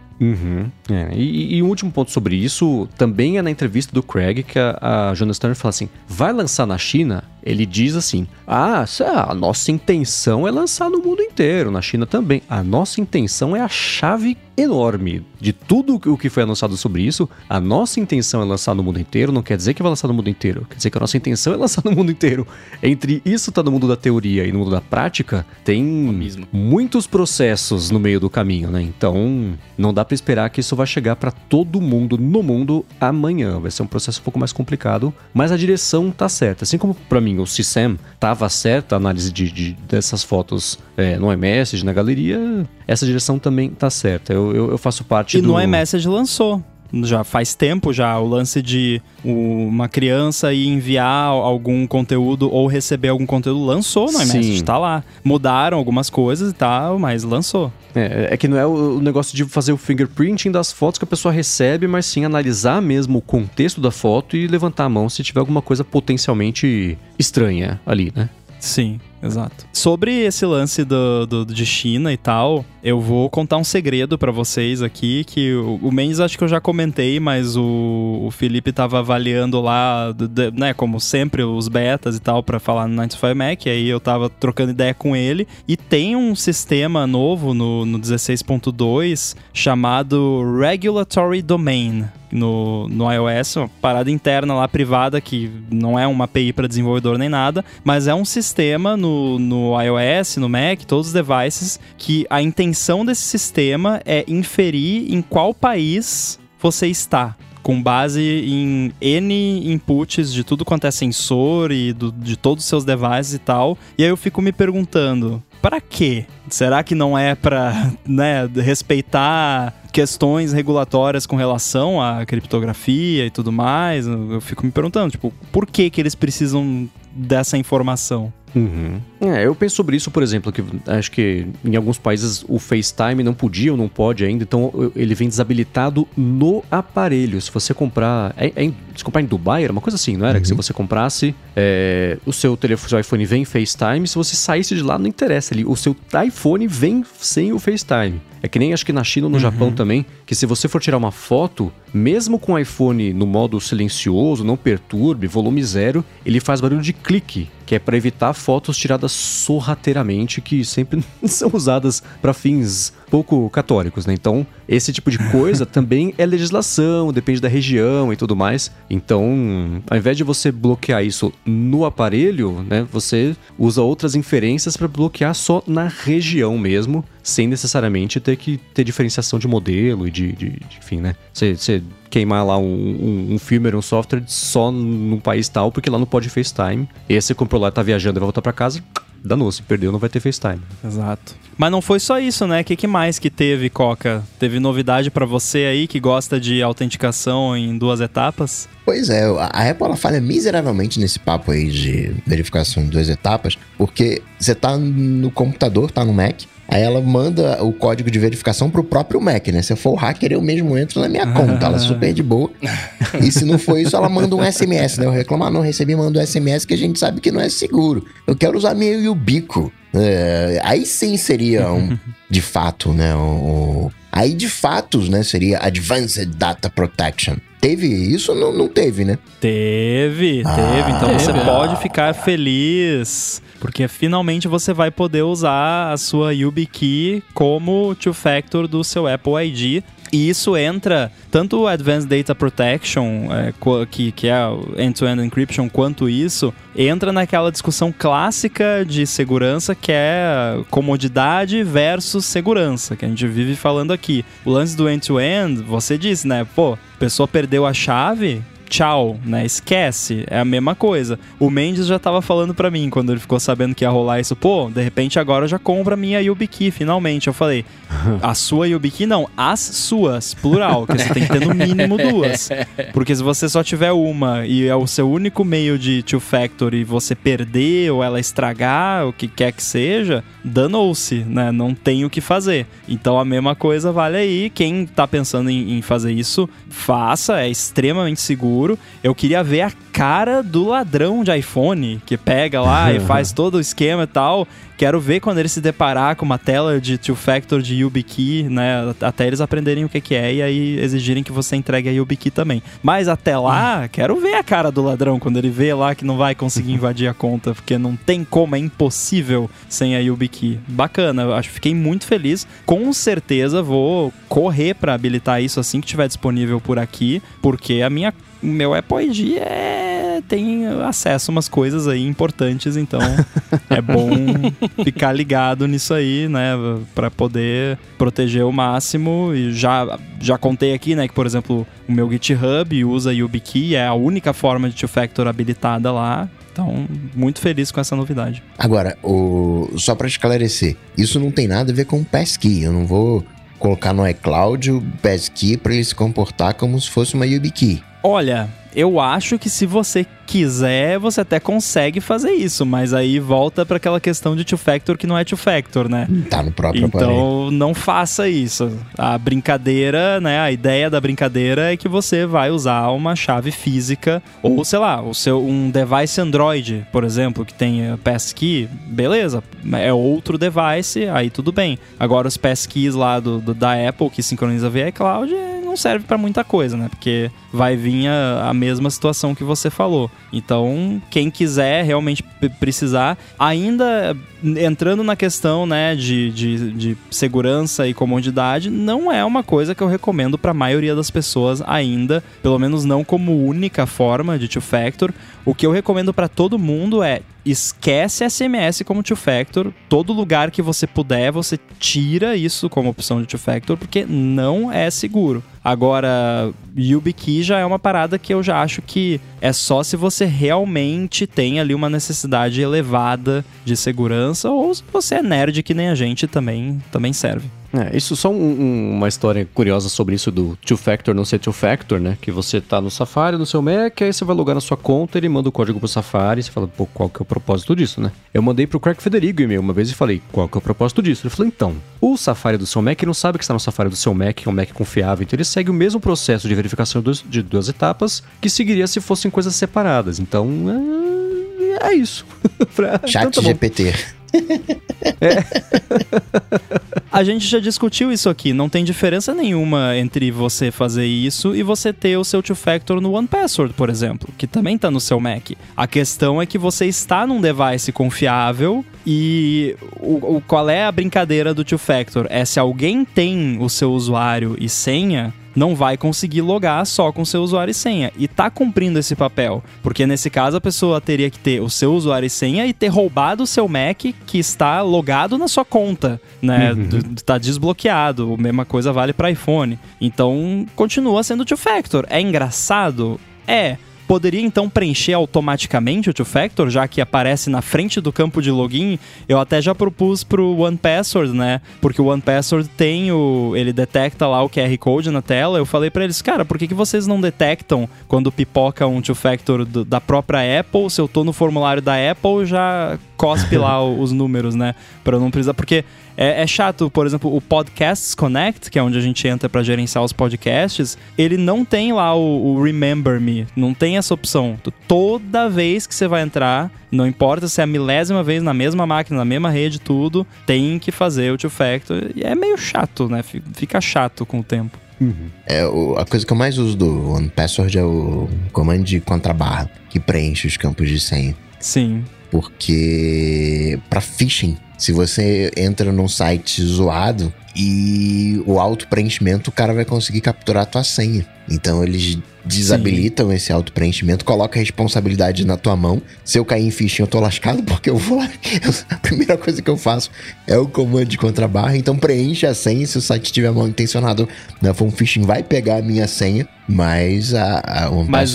E um último ponto sobre isso também é na entrevista do Craig, que a Jonas Turner fala assim, vai lançar na China? Ele diz assim, a nossa intenção é lançar no mundo inteiro, na China também. A nossa intenção é a chave enorme de tudo o que foi anunciado sobre isso. A nossa intenção é lançar no mundo inteiro, não quer dizer que vai lançar no mundo inteiro, quer dizer que a nossa intenção é lançar no mundo inteiro. Entre isso tá no mundo da teoria e no mundo da prática, tem muitos processos no meio do caminho, né? Então, não dá pra esperar que isso vai chegar pra todo mundo no mundo amanhã. Vai ser um processo um pouco mais complicado, mas a direção tá certa. Assim como pra mim o CSAM tava certa, a análise dessas fotos no iMessage, na galeria, essa direção também tá certa. Eu faço parte do... E no iMessage lançou. Já faz tempo já o lance de uma criança ir enviar algum conteúdo ou receber algum conteúdo, lançou no iMessage, tá lá. Mudaram algumas coisas e tal, mas lançou. É que não é o negócio de fazer o fingerprinting das fotos que a pessoa recebe, mas sim analisar mesmo o contexto da foto e levantar a mão se tiver alguma coisa potencialmente estranha ali, né? Sim, exato. Sobre esse lance de China e tal, eu vou contar um segredo pra vocês aqui, que o Mendes acho que eu já comentei, mas o Felipe tava avaliando lá, né, como sempre, os betas e tal, pra falar no 95Mac, aí eu tava trocando ideia com ele, e tem um sistema novo no 16.2 chamado Regulatory Domain, no iOS, uma parada interna lá, privada, que não é uma API para desenvolvedor nem nada, mas é um sistema no iOS, no Mac, todos os devices, que a intenção desse sistema é inferir em qual país você está. com base em N inputs de tudo quanto é sensor e de todos os seus devices e tal. E aí eu fico me perguntando, pra quê? Será que não é pra, né, respeitar questões regulatórias com relação à criptografia e tudo mais? Eu fico me perguntando, tipo, por que eles precisam dessa informação? Uhum. Eu penso sobre isso, por exemplo, que acho que em alguns países o FaceTime não podia ou não pode ainda, então ele vem desabilitado no aparelho. Se você comprar... se comprar em Dubai, era uma coisa assim, não era? Que se você comprasse, o seu iPhone vem FaceTime, se você saísse de lá, não interessa. O seu iPhone vem sem o FaceTime. É que nem acho que na China ou no Japão também, que se você for tirar uma foto, mesmo com o iPhone no modo silencioso, não perturbe, volume 0, ele faz barulho de clique, que é para evitar fotos tiradas sorrateiramente, que sempre são usadas para fins pouco católicos, né? Então, esse tipo de coisa também é legislação, depende da região e tudo mais. Então, ao invés de você bloquear isso no aparelho, né, você usa outras inferências para bloquear só na região mesmo, sem necessariamente ter que ter diferenciação de modelo e enfim, né? Você queimar lá um firmware, um software só num país tal, porque lá não pode FaceTime. E aí você comprou lá, tá viajando e vai voltar pra casa, danou-se, perdeu, não vai ter FaceTime. Exato. Mas não foi só isso, né? O que mais que teve, Coca? Teve novidade pra você aí que gosta de autenticação em 2 etapas? Pois é, a Apple ela falha miseravelmente nesse papo aí de verificação em 2 etapas, porque você tá no computador, tá no Mac, aí ela manda o código de verificação pro próprio Mac, né? Se eu for o hacker, eu mesmo entro na minha conta, ela é super de boa. E se não for isso, ela manda um SMS, né? Eu reclamo, não recebi, manda um SMS que a gente sabe que não é seguro. Eu quero usar meu Yubico. Aí sim seria de fato, né? Aí de fato, né? Seria Advanced Data Protection. Teve isso? Não teve, né? Teve. Então você pode ficar feliz, porque finalmente você vai poder usar a sua YubiKey como two-factor do seu Apple ID. E isso entra, tanto o Advanced Data Protection, que é o End-to-End Encryption, quanto isso, entra naquela discussão clássica de segurança, que é comodidade versus segurança, que a gente vive falando aqui. O lance do End-to-End, você disse, né? Pô, a pessoa perdeu a chave... Tchau, né? Esquece. É a mesma coisa. O Mendes já tava falando pra mim, quando ele ficou sabendo que ia rolar isso. Pô, de repente agora eu já compro a minha YubiKey, finalmente. Eu falei, a sua YubiKey não, as suas, plural, que você tem que ter no mínimo 2. Porque se você só tiver uma e é o seu único meio de two-factor e você perder ou ela estragar, o que quer que seja, danou-se, né? Não tem o que fazer. Então a mesma coisa vale aí. Quem tá pensando em fazer isso, faça, é extremamente seguro. Eu queria ver a cara do ladrão de iPhone que pega lá e faz todo o esquema e tal. Quero ver quando ele se deparar com uma tela de two-factor de YubiKey, né? Até eles aprenderem o que é e aí exigirem que você entregue a YubiKey também. Mas até lá, quero ver a cara do ladrão quando ele vê lá que não vai conseguir invadir a conta, porque não tem como, é impossível sem a YubiKey. Bacana, eu fiquei muito feliz. Com certeza vou correr para habilitar isso assim que estiver disponível por aqui, porque meu Apple ID tem acesso a umas coisas aí importantes, então é bom ficar ligado nisso aí, né, para poder proteger o máximo. E já contei aqui, né, que por exemplo o meu GitHub usa YubiKey, é a única forma de two-factor habilitada lá. Então, muito feliz com essa novidade. Agora, só para esclarecer, isso não tem nada a ver com o Passkey. Eu não vou colocar no iCloud o Passkey para ele se comportar como se fosse uma YubiKey. Olha, eu acho que se você quiser, você até consegue fazer isso, mas aí volta para aquela questão de two-factor que não é two-factor, né? Tá no próprio aparelho. Então, não faça isso. A brincadeira, né? A ideia da brincadeira é que você vai usar uma chave física ou, sei lá, um device Android, por exemplo, que tem Passkey, beleza, é outro device, aí tudo bem. Agora, os Passkeys lá da Apple, que sincroniza via iCloud, não serve para muita coisa, né? Porque vai vir a mesma situação que você falou. Então, quem quiser realmente precisar, ainda entrando na questão, né, de segurança e comodidade, não é uma coisa que eu recomendo para a maioria das pessoas ainda, pelo menos não como única forma de two-factor. O que eu recomendo para todo mundo é esquece SMS como two-factor. Todo lugar que você puder, você tira isso como opção de two-factor, porque não é seguro. Agora, YubiKey já é uma parada que eu já acho que é só se você realmente tem ali uma necessidade elevada de segurança, ou se você é nerd que nem a gente também serve. Isso só uma história curiosa sobre isso do two-factor não ser two-factor, né? Que você tá no Safari, no seu Mac, aí você vai logar na sua conta, ele manda o código pro Safari, e você fala, pô, qual que é o propósito disso, né? Eu mandei pro Craig Federico e-mail uma vez e falei, qual que é o propósito disso? Ele falou, então, o Safari do seu Mac não sabe que está no Safari do seu Mac, que é um Mac confiável, então ele segue o mesmo processo de verificação de 2 etapas que seguiria se fossem coisas separadas. Então, é isso. Chat então, tá GPT. A gente já discutiu isso aqui, não tem diferença nenhuma entre você fazer isso e você ter o seu two-factor no 1Password, por exemplo, que também está no seu Mac. A questão é que você está num device confiável e qual é a brincadeira do two-factor? É se alguém tem o seu usuário e senha, não vai conseguir logar só com seu usuário e senha. E tá cumprindo esse papel. Porque nesse caso a pessoa teria que ter o seu usuário e senha e ter roubado o seu Mac que está logado na sua conta, né? Tá desbloqueado. A mesma coisa vale para iPhone. Então continua sendo two-factor. É engraçado? Poderia então preencher automaticamente o two-factor, já que aparece na frente do campo de login. Eu até já propus pro 1Password, né? Porque o 1Password ele detecta lá o QR Code na tela. Eu falei pra eles, cara, por que vocês não detectam quando pipoca um two-factor da própria Apple? Se eu tô no formulário da Apple, já cospe lá os números, né? Pra eu não precisar, porque é chato, por exemplo, o Podcasts Connect, que é onde a gente entra pra gerenciar os podcasts, ele não tem lá o Remember Me, não tem essa opção. Toda vez que você vai entrar, não importa se é a milésima vez na mesma máquina, na mesma rede, tudo, tem que fazer o two-factor. E é meio chato, né? Fica chato com o tempo. A coisa que eu mais uso do 1Password é o comando de contrabarra, que preenche os campos de senha. Sim. Porque para phishing, se você entra num site zoado e o auto-preenchimento, o cara vai conseguir capturar a tua senha. Então eles desabilitam esse auto-preenchimento, coloca a responsabilidade na tua mão. Se eu cair em phishing, eu tô lascado, porque eu vou lá. A primeira coisa que eu faço é o comando de contrabarra. Então preenche a senha. Se o site estiver mal intencionado, né, for um phishing, vai pegar a minha senha. Mas Mas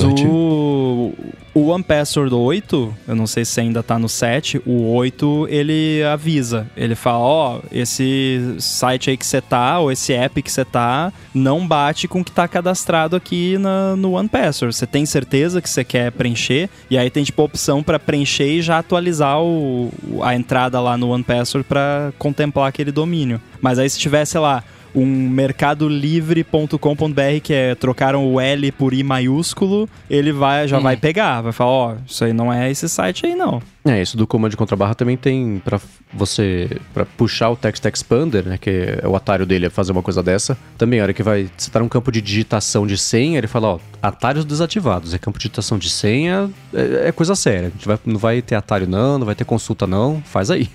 o 1Password 8, eu não sei se ainda tá no 7, o 8 ele avisa, ele fala, esse site aí que você tá, ou esse app que você tá, não bate com o que tá cadastrado aqui no 1Password. Você tem certeza que você quer preencher? E aí tem tipo a opção pra preencher e já atualizar a entrada lá no 1Password pra contemplar aquele domínio. Mas aí se tiver, sei lá, um mercadolivre.com.br que trocaram o L por I maiúsculo, ele já vai pegar, vai falar, isso aí não é esse site aí não. Isso do comando de contrabarra também tem pra puxar o Text Expander, né, que é o atalho dele é fazer uma coisa dessa. Também, a hora que você tá num campo de digitação de senha, ele fala, atalhos desativados, campo de digitação de senha, é coisa séria. A gente não vai ter atalho não vai ter consulta não, faz aí.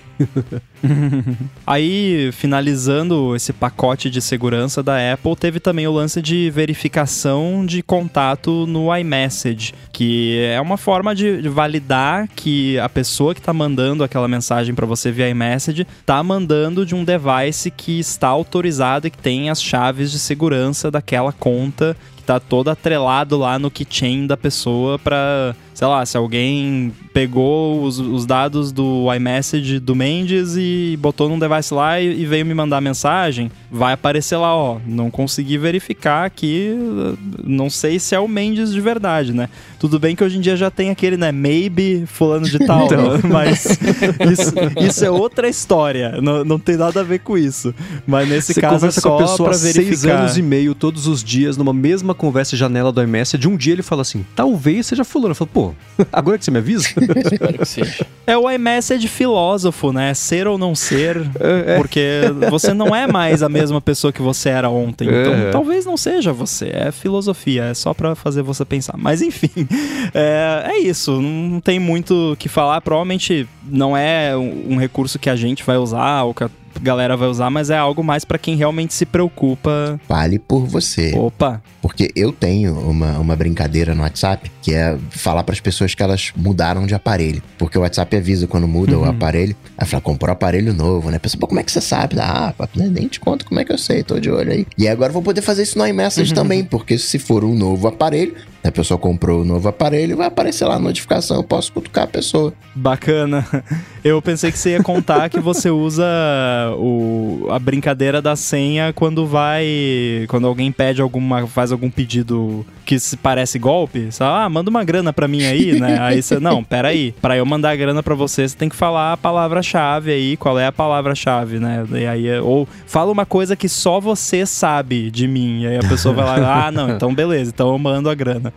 Aí, finalizando esse pacote de segurança da Apple, teve também o lance de verificação de contato no iMessage, que é uma forma de validar que a pessoa que está mandando aquela mensagem para você via iMessage está mandando de um device que está autorizado e que tem as chaves de segurança daquela conta, que está todo atrelado lá no keychain da pessoa para, sei lá, se alguém pegou os dados do iMessage do Mendes e botou num device lá e veio me mandar mensagem, vai aparecer lá, não consegui verificar aqui, não sei se é o Mendes de verdade, né? Tudo bem que hoje em dia já tem aquele, né, maybe fulano de tal, então. Mas isso é outra história, não tem nada a ver com isso. Mas nesse caso é só com a pessoa pra verificar. 6 anos e meio, todos os dias, numa mesma conversa e janela do iMessage, um dia ele fala assim, talvez seja fulano. Eu falo, pô, agora que você me avisa? Espero que seja. É o iMessage filósofo, né? Ser ou não ser, porque você não é mais a mesma pessoa que você era ontem. Então, talvez não seja você. É filosofia, é só pra fazer você pensar. Mas, enfim, é isso. Não tem muito o que falar. Provavelmente não é um recurso que a gente vai usar ou que galera vai usar, mas é algo mais pra quem realmente se preocupa. Fale por você. Opa! Porque eu tenho uma brincadeira no WhatsApp, que é falar pras pessoas que elas mudaram de aparelho. Porque o WhatsApp avisa quando muda o aparelho. Aí fala, comprou aparelho novo, né? A pessoa, pô, como é que você sabe? Nem te conto como é que eu sei, tô de olho aí. E agora eu vou poder fazer isso no iMessage também, porque se for um novo aparelho, a pessoa comprou um novo aparelho, vai aparecer lá a notificação, eu posso cutucar a pessoa. Bacana. Eu pensei que você ia contar que você usa a brincadeira da senha quando alguém pede faz algum pedido que se parece golpe. Você fala, manda uma grana pra mim aí, né? Aí você, não, peraí, pra eu mandar a grana pra você tem que falar a palavra-chave aí, qual é a palavra-chave, né? E aí, ou fala uma coisa que só você sabe de mim, e aí a pessoa vai lá, não, então beleza, então eu mando a grana.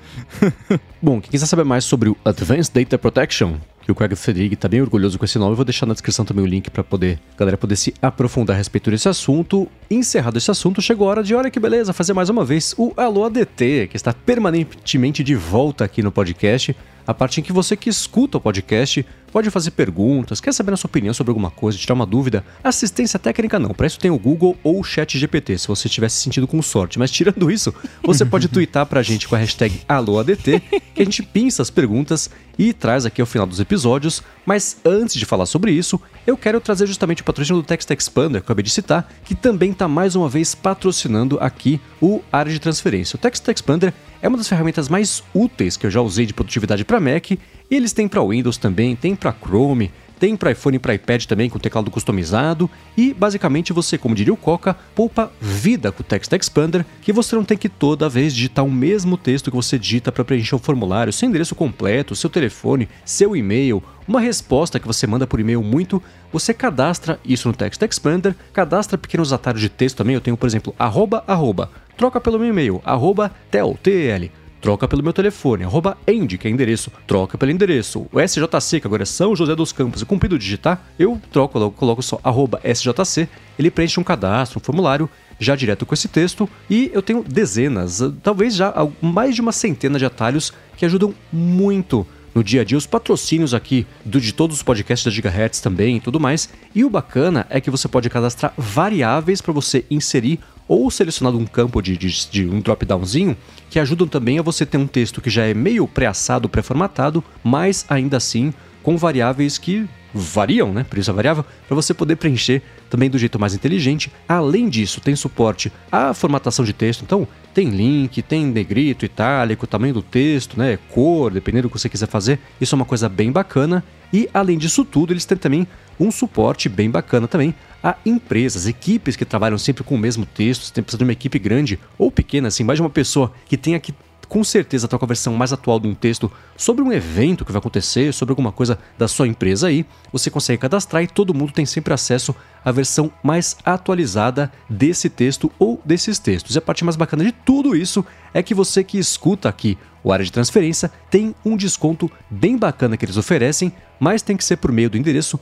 Bom, quem quiser saber mais sobre o Advanced Data Protection, que o Craig Federighi tá bem orgulhoso com esse nome, eu vou deixar na descrição também o link pra a galera poder se aprofundar a respeito desse assunto. Encerrado esse assunto, chegou a hora de, olha que beleza, fazer mais uma vez o Alô ADT, que está permanentemente de volta aqui no podcast. A parte em que você que escuta o podcast pode fazer perguntas, quer saber a sua opinião sobre alguma coisa, tirar uma dúvida. Assistência técnica não, para isso tem o Google ou o ChatGPT, se você tivesse sentido com sorte. Mas tirando isso, você pode twittar pra gente com a hashtag AlôADT, que a gente pinça as perguntas e traz aqui ao final dos episódios. Mas antes de falar sobre isso, eu quero trazer justamente o patrocínio do Text Expander, que eu acabei de citar, que também está mais uma vez patrocinando aqui o Área de Transferência. O Text Expander é uma das ferramentas mais úteis que eu já usei de produtividade para Mac, e eles têm para Windows também, tem para Chrome, tem para iPhone e para iPad também com teclado customizado, e basicamente você, como diria o Coca, poupa vida com o Text Expander, que você não tem que toda vez digitar o mesmo texto que você digita para preencher o formulário, seu endereço completo, seu telefone, seu e-mail, uma resposta que você manda por e-mail você cadastra isso no Text Expander, cadastra pequenos atalhos de texto também. Eu tenho, por exemplo, @, troca pelo meu e-mail, @tel, T-E-L, troca pelo meu telefone, @end, que é endereço, troca pelo endereço. O SJC, que agora é São José dos Campos, e cumprido digitar, eu troco, coloco só @SJC, ele preenche um cadastro, um formulário, já direto com esse texto, e eu tenho dezenas, talvez já mais de uma centena de atalhos que ajudam muito no dia a dia, os patrocínios aqui de todos os podcasts da Gigahertz também e tudo mais. E o bacana é que você pode cadastrar variáveis para você inserir ou selecionar um campo de um drop-downzinho que ajudam também a você ter um texto que já é meio pré-assado, pré-formatado, mas ainda assim com variáveis que variam, né? Por isso a variável, para você poder preencher também do jeito mais inteligente. Além disso, tem suporte à formatação de texto, então tem link, tem negrito, itálico, tamanho do texto, né? Cor, dependendo do que você quiser fazer. Isso é uma coisa bem bacana. E além disso tudo, eles têm também um suporte bem bacana também a empresas, equipes que trabalham sempre com o mesmo texto. Você tem que precisar de uma equipe grande ou pequena, assim, mais de uma pessoa que tenha que com certeza estar com a versão mais atual de um texto sobre um evento que vai acontecer, sobre alguma coisa da sua empresa aí, você consegue cadastrar e todo mundo tem sempre acesso à versão mais atualizada desse texto ou desses textos. E a parte mais bacana de tudo isso é que você que escuta aqui o Área de Transferência tem um desconto bem bacana que eles oferecem, mas tem que ser por meio do endereço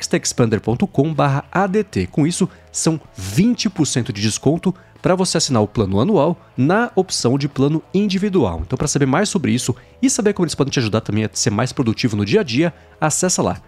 textexpander.com/ADT. Com isso, são 20% de desconto para você assinar o plano anual na opção de plano individual. Então, para saber mais sobre isso e saber como eles podem te ajudar também a ser mais produtivo no dia a dia, acessa lá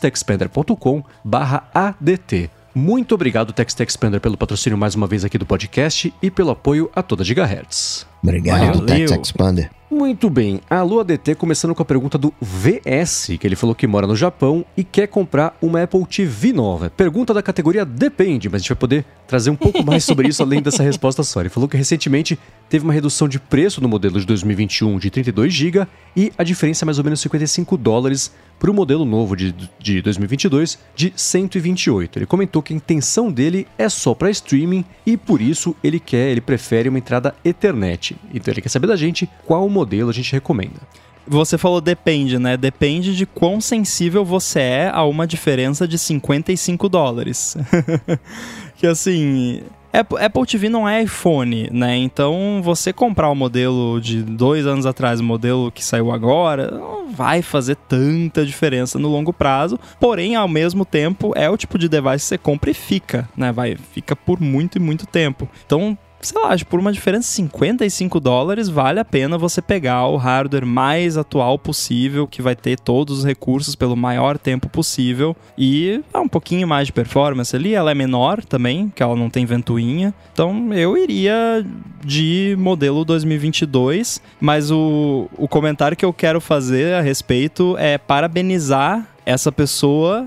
textexpander.com/ADT. Muito obrigado, Text Expander, pelo patrocínio mais uma vez aqui do podcast e pelo apoio a toda Gigahertz. Obrigado, Text Expander. Muito bem, alô ADT, começando com a pergunta do VS, que ele falou que mora no Japão e quer comprar uma Apple TV nova. Pergunta da categoria depende, mas a gente vai poder trazer um pouco mais sobre isso além dessa resposta só. Ele falou que recentemente teve uma redução de preço no modelo de 2021 de 32 GB e a diferença é mais ou menos $55 para o modelo novo de 2022 de 128. Ele comentou que a intenção dele é só para streaming e por isso ele prefere uma entrada Ethernet. Então ele quer saber da gente qual modelo a gente recomenda. Você falou depende, né? Depende de quão sensível você é a uma diferença de $55. Que assim, Apple TV não é iPhone, né? Então você comprar o modelo de 2 anos atrás, o modelo que saiu agora, não vai fazer tanta diferença no longo prazo. Porém, ao mesmo tempo, é o tipo de device que você compra e fica, né? Fica por muito e muito tempo. Então, sei lá, por uma diferença de $55, vale a pena você pegar o hardware mais atual possível, que vai ter todos os recursos pelo maior tempo possível e um pouquinho mais de performance ali. Ela é menor também, que ela não tem ventoinha. Então eu iria de modelo 2022, mas o comentário que eu quero fazer a respeito é parabenizar essa pessoa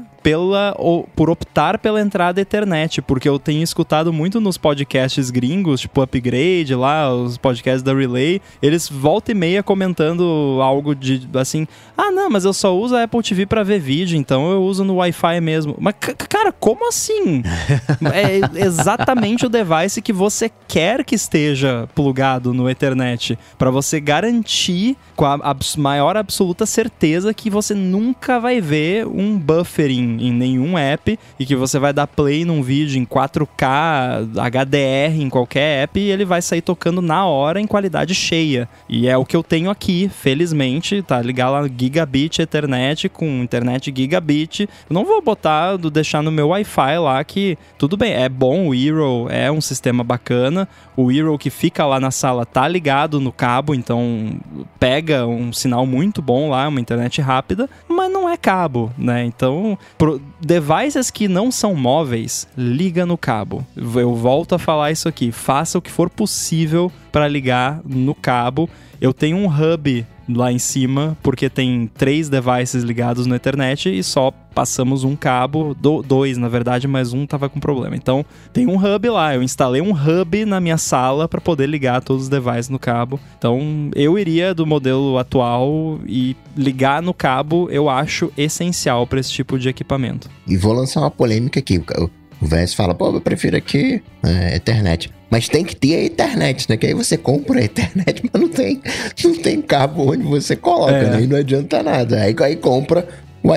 por optar pela entrada Ethernet, porque eu tenho escutado muito nos podcasts gringos, tipo Upgrade lá, os podcasts da Relay, eles volta e meia comentando algo de, assim, não, mas eu só uso a Apple TV pra ver vídeo, então eu uso no Wi-Fi mesmo. Mas, cara, como assim? É exatamente o device que você quer que esteja plugado no Ethernet, pra você garantir com a maior absoluta certeza que você nunca vai ver um buffering em nenhum app e que você vai dar play num vídeo em 4K, HDR em qualquer app e ele vai sair tocando na hora em qualidade cheia. E é o que eu tenho aqui, felizmente, tá? Ligar lá Gigabit Ethernet com internet Gigabit. Eu não vou deixar no meu Wi-Fi lá que, tudo bem, é bom, o Eero é um sistema bacana, o Eero que fica lá na sala tá ligado no cabo, então pega um sinal muito bom lá, uma internet rápida, mas não é cabo, né? Então, devices que não são móveis, liga no cabo. Eu volto a falar isso aqui, faça o que for possível para ligar no cabo. Eu tenho um hub lá em cima, porque tem 3 devices ligados no Ethernet e só passamos um cabo, 2 na verdade, mas um tava com problema. Então tem um hub lá, eu instalei um hub na minha sala para poder ligar todos os devices no cabo. Então eu iria do modelo atual e ligar no cabo eu acho essencial para esse tipo de equipamento. E vou lançar uma polêmica aqui. O VS fala, eu prefiro aqui Ethernet. Mas tem que ter a Ethernet, né? Que aí você compra a Ethernet, mas não tem cabo onde você coloca, né? E não adianta nada. Aí compra o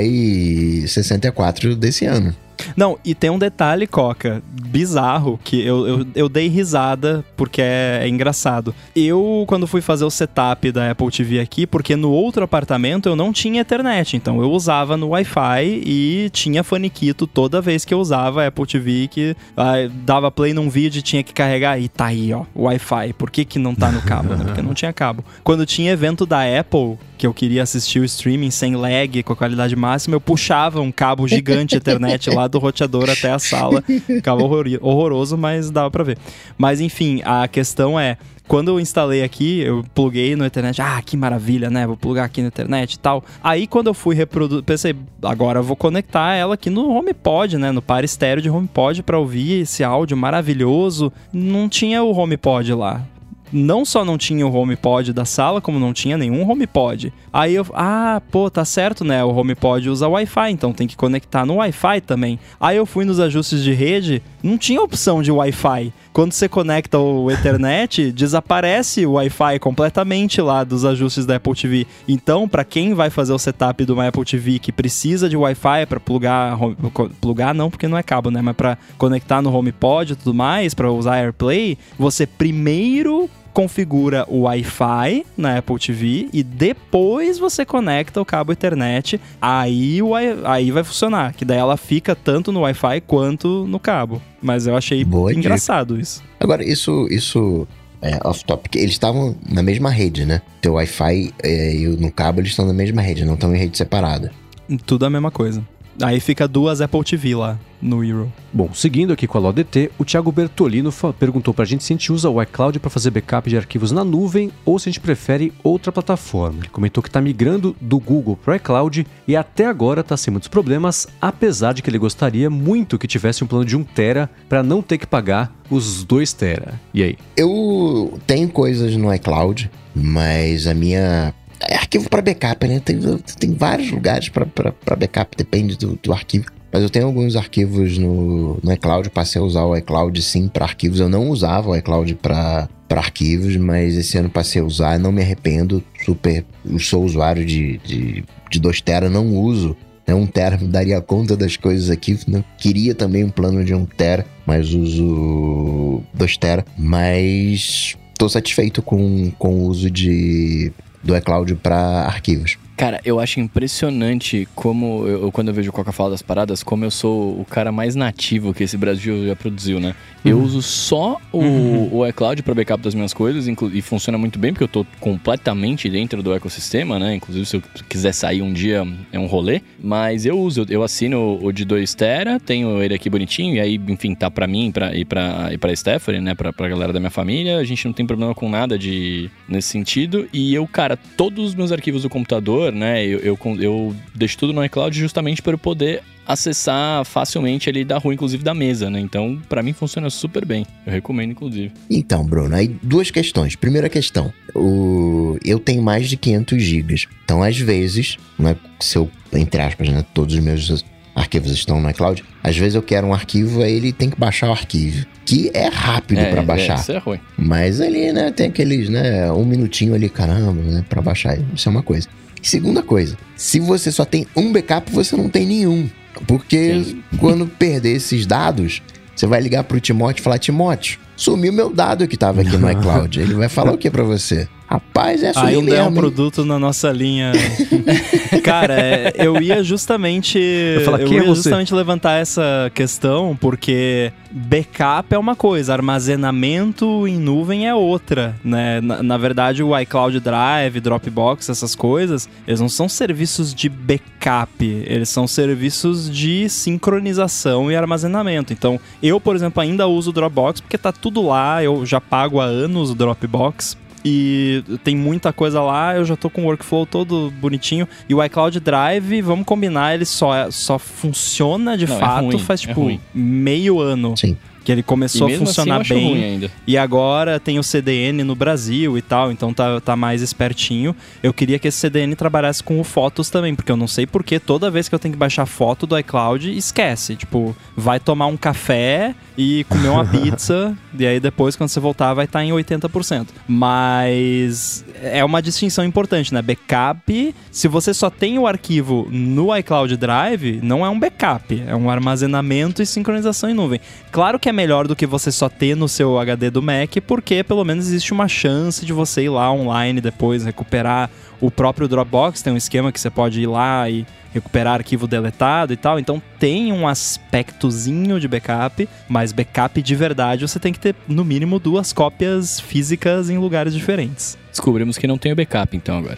Wi-Fi 64 desse ano. Não, e tem um detalhe, Coca, bizarro, que eu dei risada porque é engraçado. Eu, quando fui fazer o setup da Apple TV aqui, porque no outro apartamento eu não tinha Ethernet, então eu usava no Wi-Fi e tinha faniquito toda vez que eu usava a Apple TV, que dava play num vídeo e tinha que carregar, e tá aí, ó, o Wi-Fi. Por que não tá no cabo, né? Porque não tinha cabo. Quando tinha evento da Apple, que eu queria assistir o streaming sem lag, com a qualidade máxima, eu puxava um cabo gigante Ethernet lá do roteador até a sala. Ficava horroroso, mas dava pra ver. Mas enfim, a questão é, quando eu instalei aqui, eu pluguei no Ethernet, que maravilha, né? Vou plugar aqui no Ethernet e tal. Aí quando eu fui reproduzir, pensei, agora eu vou conectar ela aqui no HomePod, né? No par estéreo de HomePod pra ouvir esse áudio maravilhoso. Não tinha o HomePod lá. Não só não tinha o HomePod da sala, como não tinha nenhum HomePod. Aí eu, tá certo, né? O HomePod usa Wi-Fi, então tem que conectar no Wi-Fi também. Aí eu fui nos ajustes de rede, não tinha opção de Wi-Fi. Quando você conecta o Ethernet, desaparece o Wi-Fi completamente lá dos ajustes da Apple TV. Então, para quem vai fazer o setup de uma Apple TV que precisa de Wi-Fi para plugar não, porque não é cabo, né? Mas para conectar no HomePod e tudo mais, para usar AirPlay, você primeiro configura o Wi-Fi na Apple TV e depois você conecta o cabo Ethernet, aí vai funcionar, que daí ela fica tanto no Wi-Fi quanto no cabo. Mas eu achei engraçado isso. Agora, isso é off-topic. Eles estavam na mesma rede, né? Teu Wi-Fi e no cabo eles estão na mesma rede, não estão em rede separada. Tudo a mesma coisa. Aí fica 2 Apple TV lá no Eero. Bom, seguindo aqui com a LODT, o Thiago Bertolino perguntou pra gente se a gente usa o iCloud para fazer backup de arquivos na nuvem ou se a gente prefere outra plataforma. Ele comentou que tá migrando do Google pro iCloud e até agora tá sem muitos problemas, apesar de que ele gostaria muito que tivesse um plano de 1 TB para não ter que pagar os 2 TB. E aí? Eu tenho coisas no iCloud, mas a minha... é arquivo para backup, né? Tem vários lugares para backup, depende do arquivo. Mas eu tenho alguns arquivos no iCloud, passei a usar o iCloud sim para arquivos. Eu não usava o iCloud para arquivos, mas esse ano passei a usar, não me arrependo. Eu sou usuário de 2 TB, não uso. 1 TB daria conta das coisas aqui. Não queria também um plano de 1 TB, mas uso 2 TB. Mas estou satisfeito com o uso do iCloud para arquivos. Cara, eu acho impressionante como, quando eu vejo o Coca falar das paradas, como eu sou o cara mais nativo que esse Brasil já produziu, né? Eu uso só o iCloud para backup das minhas coisas e funciona muito bem, porque eu tô completamente dentro do ecossistema, né? Inclusive, se eu quiser sair um dia, é um rolê. Mas eu assino o de 2 tera, tenho ele aqui bonitinho, e aí, enfim, tá pra mim e pra Stephanie, né? Pra galera da minha família. A gente não tem problema com nada nesse sentido. E eu, cara, todos os meus arquivos do computador, né, eu deixo tudo no iCloud justamente para eu poder acessar facilmente ali da rua, inclusive da mesa, né? Então, pra mim funciona super bem. Eu recomendo, inclusive. Então, Bruno, aí 2 questões. Primeira questão, eu tenho mais de 500 gigas. Então, às vezes, né, se eu, entre aspas, né, todos os meus arquivos estão no iCloud, às vezes eu quero um arquivo, aí ele tem que baixar o arquivo, que é rápido pra baixar. Isso é ruim. Mas ali, né, tem aqueles, né, 1 minutinho ali, caramba, né, pra baixar. Isso é uma coisa. Segunda coisa, se você só tem um backup, você não tem nenhum. Porque quando perder esses dados, você vai ligar pro Timóteo e falar: Timóteo, sumiu meu dado que tava aqui no iCloud. Ele vai falar o que pra você? Rapaz, sumiu ainda mesmo. É um produto na nossa linha. Cara, eu ia justamente levantar essa questão, porque backup é uma coisa, armazenamento em nuvem é outra, né? Na verdade, o iCloud Drive, Dropbox, essas coisas, eles não são serviços de backup, eles são serviços de sincronização e armazenamento. Então, eu, por exemplo, ainda uso o Dropbox porque tá tudo lá, eu já pago há anos o Dropbox. E tem muita coisa lá, eu já tô com o workflow todo bonitinho. E o iCloud Drive, vamos combinar, ele só funciona de fato faz tipo meio ano. Sim. Que ele começou a funcionar assim, bem. Ruim ainda. E agora tem o CDN no Brasil e tal, então tá mais espertinho. Eu queria que esse CDN trabalhasse com o Fotos também, porque eu não sei porque toda vez que eu tenho que baixar foto do iCloud, esquece. Tipo, vai tomar um café e comer uma pizza, e aí depois, quando você voltar, vai estar em 80%. Mas é uma distinção importante, né? Backup, se você só tem o arquivo no iCloud Drive, não é um backup, é um armazenamento e sincronização em nuvem. Claro que é melhor do que você só ter no seu HD do Mac, porque pelo menos existe uma chance de você ir lá online depois, recuperar o próprio Dropbox, tem um esquema que você pode ir lá e recuperar arquivo deletado e tal, então tem um aspectozinho de backup, mas backup de verdade você tem que ter no mínimo 2 cópias físicas em lugares diferentes. Descobrimos que não tenho backup, então, agora.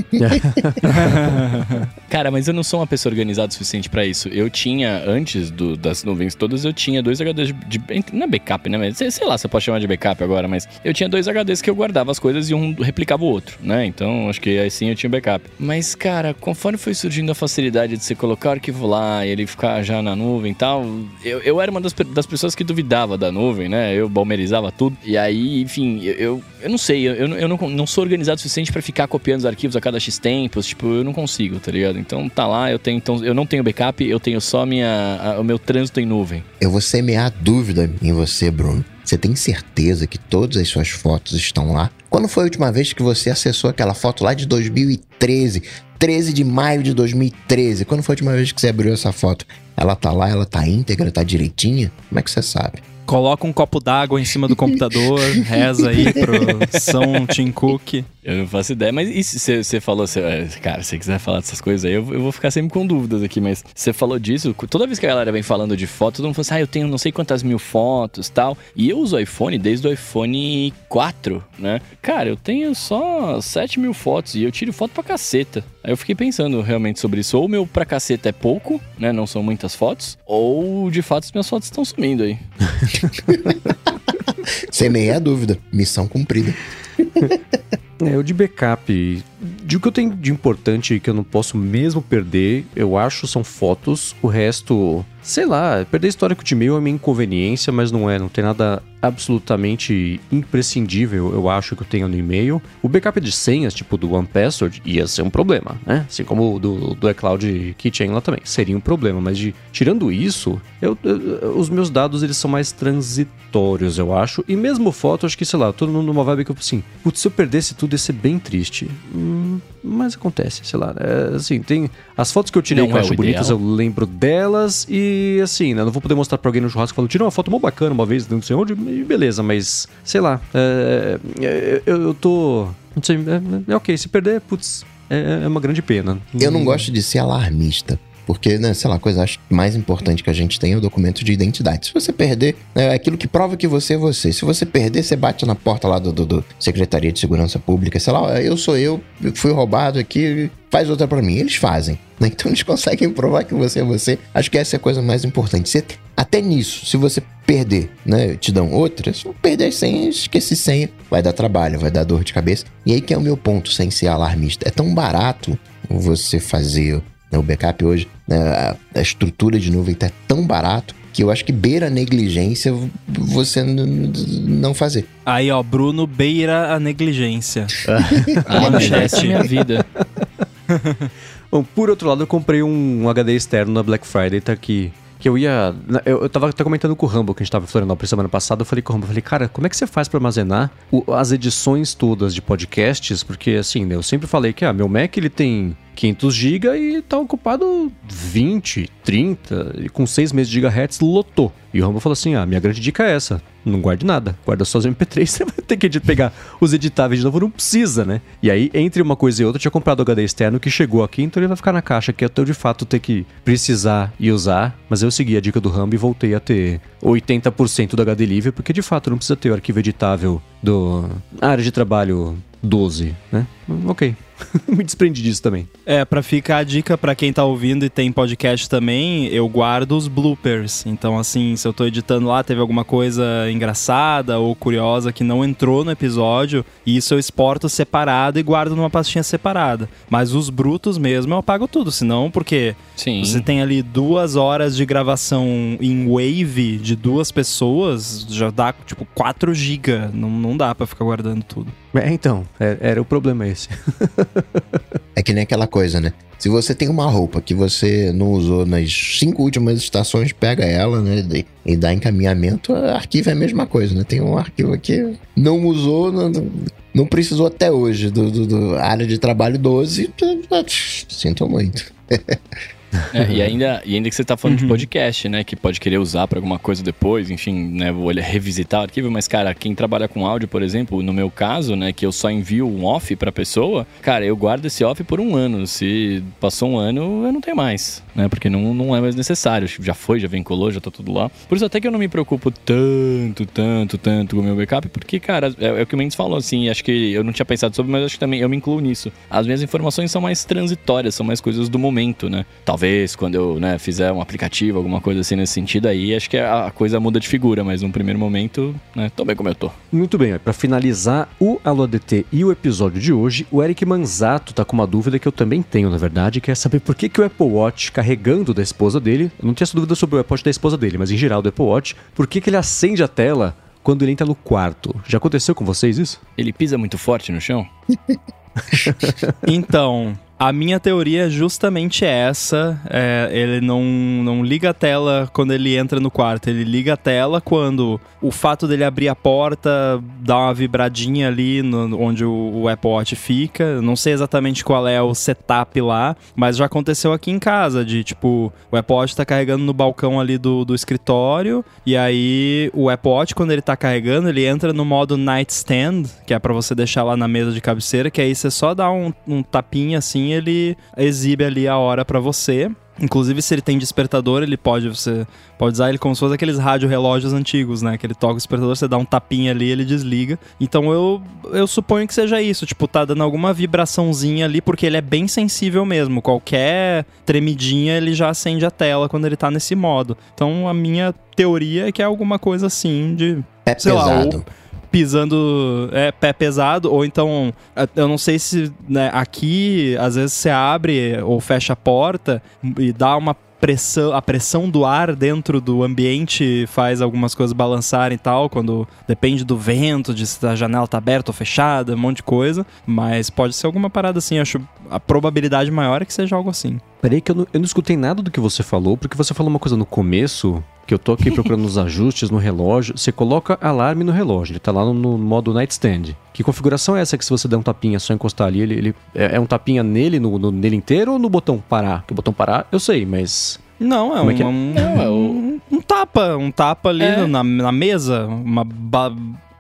Cara, mas eu não sou uma pessoa organizada o suficiente pra isso. Eu tinha, antes das nuvens todas, eu tinha 2 HDs não é backup, né? Mas, sei lá, você pode chamar de backup agora, mas eu tinha 2 HDs que eu guardava as coisas e um replicava o outro, né? Então, acho que aí sim eu tinha backup. Mas, cara, conforme foi surgindo a facilidade de você colocar o arquivo lá e ele ficar já na nuvem e tal, eu era uma das pessoas que duvidava da nuvem, né? Eu balmerizava tudo. E aí, enfim, eu não sei, eu não sou organizado o suficiente pra ficar copiando os arquivos a cada X tempos, tipo, eu não consigo, tá ligado? Então tá lá, eu não tenho backup, eu tenho só o meu trânsito em nuvem. Eu vou semear dúvida em você, Bruno. Você tem certeza que todas as suas fotos estão lá? Quando foi a última vez que você acessou aquela foto lá de 2013? 13 de maio de 2013. Quando foi a última vez que você abriu essa foto? Ela tá lá, ela tá íntegra, tá direitinha? Como é que você sabe? Coloca um copo d'água em cima do computador, reza aí pro São Tim Cook. Eu não faço ideia, mas e se você falou, cara, se você quiser falar dessas coisas aí, eu vou ficar sempre com dúvidas aqui, mas você falou disso, toda vez que a galera vem falando de foto, todo mundo fala assim, eu tenho não sei quantas mil fotos e tal, e eu uso o iPhone desde o iPhone 4, né? Cara, eu tenho só 7.000 fotos e eu tiro foto pra caceta. Aí eu fiquei pensando realmente sobre isso, ou o meu pra caceta é pouco, né, não são muitas fotos, ou de fato as minhas fotos estão sumindo aí. Semeia a dúvida, missão cumprida. Eu de backup, de o que eu tenho de importante que eu não posso mesmo perder, eu acho, são fotos. O resto, sei lá, perder histórico de e-mail é minha inconveniência, mas não tem nada absolutamente imprescindível, eu acho, que eu tenho no e-mail. O backup de senhas, tipo do OnePassword, ia ser um problema, né? Assim como o do iCloud Keychain lá também, seria um problema, mas tirando isso, os meus dados, eles são mais transitórios, eu acho, e mesmo foto, acho que, sei lá, todo mundo numa vibe que eu, assim, putz, se eu perdesse tudo ia ser bem triste, mas acontece, sei lá, assim, tem as fotos que eu tirei que eu acho bonitas, eu lembro delas e, assim, né, não vou poder mostrar pra alguém no churrasco e falar, tirei uma foto mó bacana uma vez, não sei onde, e beleza, mas, sei lá, eu tô, não sei, ok, se perder, putz, é uma grande pena. Eu não gosto de ser alarmista. Porque, né, sei lá, a coisa acho mais importante que a gente tem é o documento de identidade. Se você perder, é aquilo que prova que você é você. Se você perder, você bate na porta lá do Secretaria de Segurança Pública, sei lá, eu sou eu, fui roubado aqui, faz outra pra mim. Eles fazem, né? Então eles conseguem provar que você é você. Acho que essa é a coisa mais importante. Até nisso, se você perder, né, te dão outra, se perder as senhas, esquece senha, vai dar trabalho, vai dar dor de cabeça. E aí que é o meu ponto, sem ser alarmista. É tão barato você fazer... O backup hoje, né, a estrutura de nuvem tá tão barato que eu acho que beira a negligência você não fazer. Aí, ó, Bruno beira a negligência. Essa é a minha vida. Bom, por outro lado, eu comprei um HD externo na Black Friday, tá aqui. Que eu tava comentando com o Rambo, que a gente tava em Florianópolis semana passada. Eu falei com o Rambo, cara, como é que você faz pra armazenar as edições todas de podcasts? Porque, assim, né, eu sempre falei que, meu Mac, ele tem 500 GB e tá ocupado 20, 30, e com 6 meses de gigahertz lotou. E o Rambo falou assim, minha grande dica é essa, não guarde nada, guarda só os MP3, você vai ter que pegar os editáveis de novo, não precisa, né? E aí, entre uma coisa e outra, eu tinha comprado o HD externo que chegou aqui, então ele vai ficar na caixa aqui até eu de fato ter que precisar e usar, mas eu segui a dica do Rambo e voltei a ter 80% do HD livre, porque de fato não precisa ter o arquivo editável do área de trabalho 12, né? Ok. Me desprendi disso também. Pra ficar a dica pra quem tá ouvindo e tem podcast também, eu guardo os bloopers. Então, assim, se eu tô editando lá, teve alguma coisa engraçada ou curiosa que não entrou no episódio, isso eu exporto separado e guardo numa pastinha separada. Mas os brutos mesmo eu apago tudo, senão, porque você tem ali 2 horas de gravação em Wave de 2 pessoas, já dá, tipo, 4 GB. Não dá pra ficar guardando tudo. Então, era o problema esse. É que nem aquela coisa, né? Se você tem uma roupa que você não usou nas 5 últimas estações, pega ela, né? E dá encaminhamento, arquivo é a mesma coisa, né? Tem um arquivo aqui, não usou, não precisou até hoje, do área de trabalho 12, sinto muito. E ainda que você tá falando de podcast, né? Que pode querer usar pra alguma coisa depois, enfim, né? Vou revisitar o arquivo, mas, cara, quem trabalha com áudio, por exemplo, no meu caso, né? Que eu só envio um off pra pessoa, cara, eu guardo esse off por 1 ano. Se passou 1 ano, eu não tenho mais, né? Porque não é mais necessário. Já foi, já vinculou, já tá tudo lá. Por isso até que eu não me preocupo tanto com o meu backup, porque, cara, é o que o Mendes falou, assim, acho que eu não tinha pensado sobre, mas acho que também eu me incluo nisso. As minhas informações são mais transitórias, são mais coisas do momento, né? Talvez quando eu, né, fizer um aplicativo, alguma coisa assim nesse sentido, aí acho que a coisa muda de figura, mas no primeiro momento, né, tô bem como eu tô. Muito bem, para finalizar o Alô ADT e o episódio de hoje, o Eric Manzato tá com uma dúvida que eu também tenho, na verdade, que é saber por que o Apple Watch, carregando da esposa dele, eu não tinha essa dúvida sobre o Apple Watch da esposa dele, mas em geral do Apple Watch, por que ele acende a tela quando ele entra no quarto? Já aconteceu com vocês isso? Ele pisa muito forte no chão? Então, a minha teoria é justamente essa. Ele não liga a tela quando ele entra no quarto. Ele liga a tela quando o fato dele abrir a porta dá uma vibradinha ali onde o Apple Watch fica. Eu não sei exatamente qual é o setup lá, mas já aconteceu aqui em casa, de tipo, o Apple Watch tá carregando no balcão ali do escritório, e aí o Apple Watch, quando ele tá carregando, ele entra no modo nightstand, que é pra você deixar lá na mesa de cabeceira, que aí você só dá um tapinha assim, ele exibe ali a hora pra você. Inclusive, se ele tem despertador, você pode usar ele como se fosse aqueles rádio-relógios antigos, né? Que ele toca o despertador, você dá um tapinha ali, ele desliga. Então, eu suponho que seja isso. Tipo, tá dando alguma vibraçãozinha ali, porque ele é bem sensível mesmo. Qualquer tremidinha, ele já acende a tela quando ele tá nesse modo. Então, a minha teoria é que é alguma coisa assim de... sei pesado. Lá, pisando pé pesado, ou então, eu não sei se, né, aqui, às vezes você abre ou fecha a porta e dá uma pressão, a pressão do ar dentro do ambiente faz algumas coisas balançarem e tal, quando depende do vento, de se a janela tá aberta ou fechada, um monte de coisa, mas pode ser alguma parada assim, acho a probabilidade maior é que seja algo assim. Peraí que eu não escutei nada do que você falou, porque você falou uma coisa no começo, que eu tô aqui procurando os ajustes no relógio, você coloca alarme no relógio, ele tá lá no modo nightstand. Que configuração é essa que se você der um tapinha, só encostar ali, ele é um tapinha nele, nele inteiro ou no botão parar? Porque o botão parar eu sei, mas... Não, um tapa ali na mesa,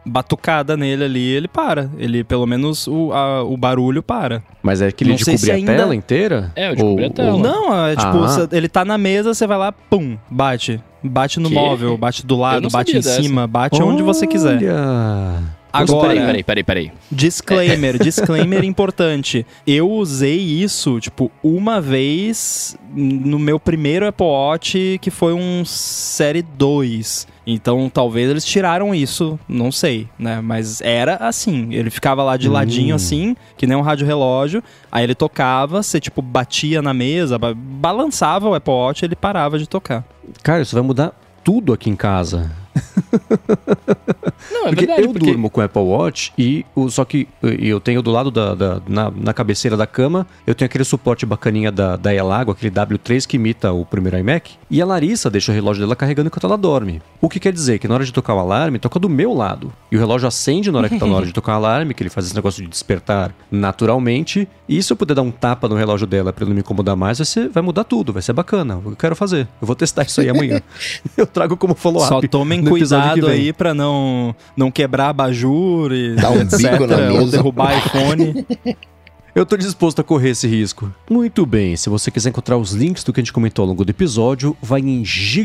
batucada nele ali, ele para. Ele, pelo menos, o barulho para. Mas é aquele Não de sei cobrir se a tela inteira? É, o de cobrir a tela. Não, é tipo, ele tá na mesa, você vai lá, pum, bate. Bate no Que? móvel, bate do Eu lado, não bate sabia em dessa. cima, bate onde você quiser. Olha. Agora, Peraí. disclaimer importante. Eu usei isso, tipo, uma vez no meu primeiro Apple Watch, que foi um Série 2. Então, talvez eles tiraram isso, não sei, né? Mas era assim, ele ficava lá de ladinho assim, que nem um rádio relógio, aí ele tocava, você, tipo, batia na mesa, balançava o Apple Watch, ele parava de tocar. Cara, isso vai mudar tudo aqui em casa. Não, é porque verdade, eu durmo com o Apple Watch só que eu tenho do lado na cabeceira da cama, eu tenho aquele suporte bacaninha da Elago, aquele W3 que imita o primeiro iMac, e a Larissa deixa o relógio dela carregando enquanto ela dorme. O que quer dizer que na hora de tocar o alarme, toca do meu lado. E o relógio acende na hora que tá na hora de tocar o alarme, que ele faz esse negócio de despertar naturalmente. E se eu puder dar um tapa no relógio dela pra ele não me incomodar mais, vai mudar tudo, vai ser bacana. Eu quero fazer. Eu vou testar isso aí amanhã. Eu trago como follow-up. Só tomem cuidado aí pra não quebrar abajur e Dar um etc, bico na mesa. ou derrubar iPhone. Eu tô disposto a correr esse risco. Muito bem, se você quiser encontrar os links do que a gente comentou ao longo do episódio, vai em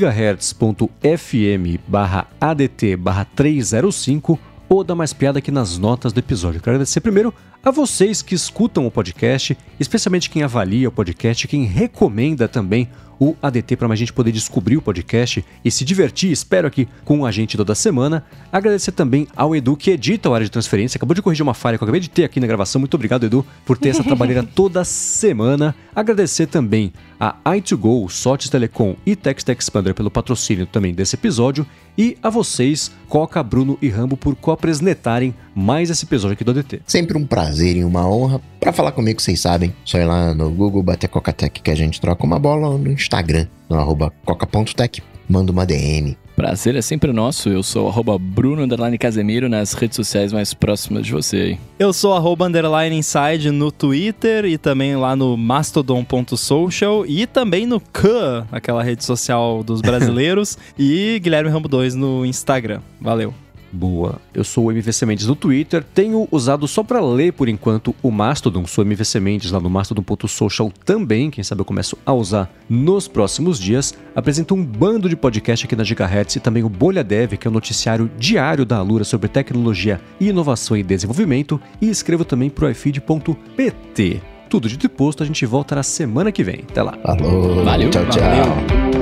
gigahertz.fm/adt/305 ou dá mais piada aqui nas notas do episódio. Quero agradecer primeiro a vocês que escutam o podcast, especialmente quem avalia o podcast, quem recomenda também o ADT para mais gente poder descobrir o podcast e se divertir, espero aqui, com a gente toda semana. Agradecer também ao Edu, que edita o Área de Transferência, acabou de corrigir uma falha que eu acabei de ter aqui na gravação. Muito obrigado, Edu, por ter essa trabalheira toda semana. Agradecer também a i2Go, Sotes Telecom e Text Expander pelo patrocínio também desse episódio. E a vocês, Coca, Bruno e Rambo, por coapresentarem mais esse episódio aqui do ADT. Sempre um prazer e uma honra. Pra falar comigo, vocês sabem, só ir lá no Google, bater Cocatec que a gente troca uma bola, ou no Instagram, no @coca.tech, manda uma DM. Prazer é sempre nosso. Eu sou @Bruno_Casemiro nas redes sociais mais próximas de você aí. Eu sou @_inside no Twitter e também lá no mastodon.social e também no aquela rede social dos brasileiros, e Guilherme Rambo 2 no Instagram. Valeu. Boa. Eu sou o MVC Mendes no Twitter. Tenho usado só pra ler, por enquanto, o Mastodon. Sou MVC Mendes lá no mastodon.social também. Quem sabe eu começo a usar nos próximos dias. Apresento um bando de podcast aqui na Gigahertz e também o Bolha Dev, que é o noticiário diário da Alura sobre tecnologia, inovação e desenvolvimento. E escrevo também pro ifeed.pt. Tudo dito e posto, a gente volta na semana que vem. Até lá. Falou. Valeu. Tchau, tchau. Valeu.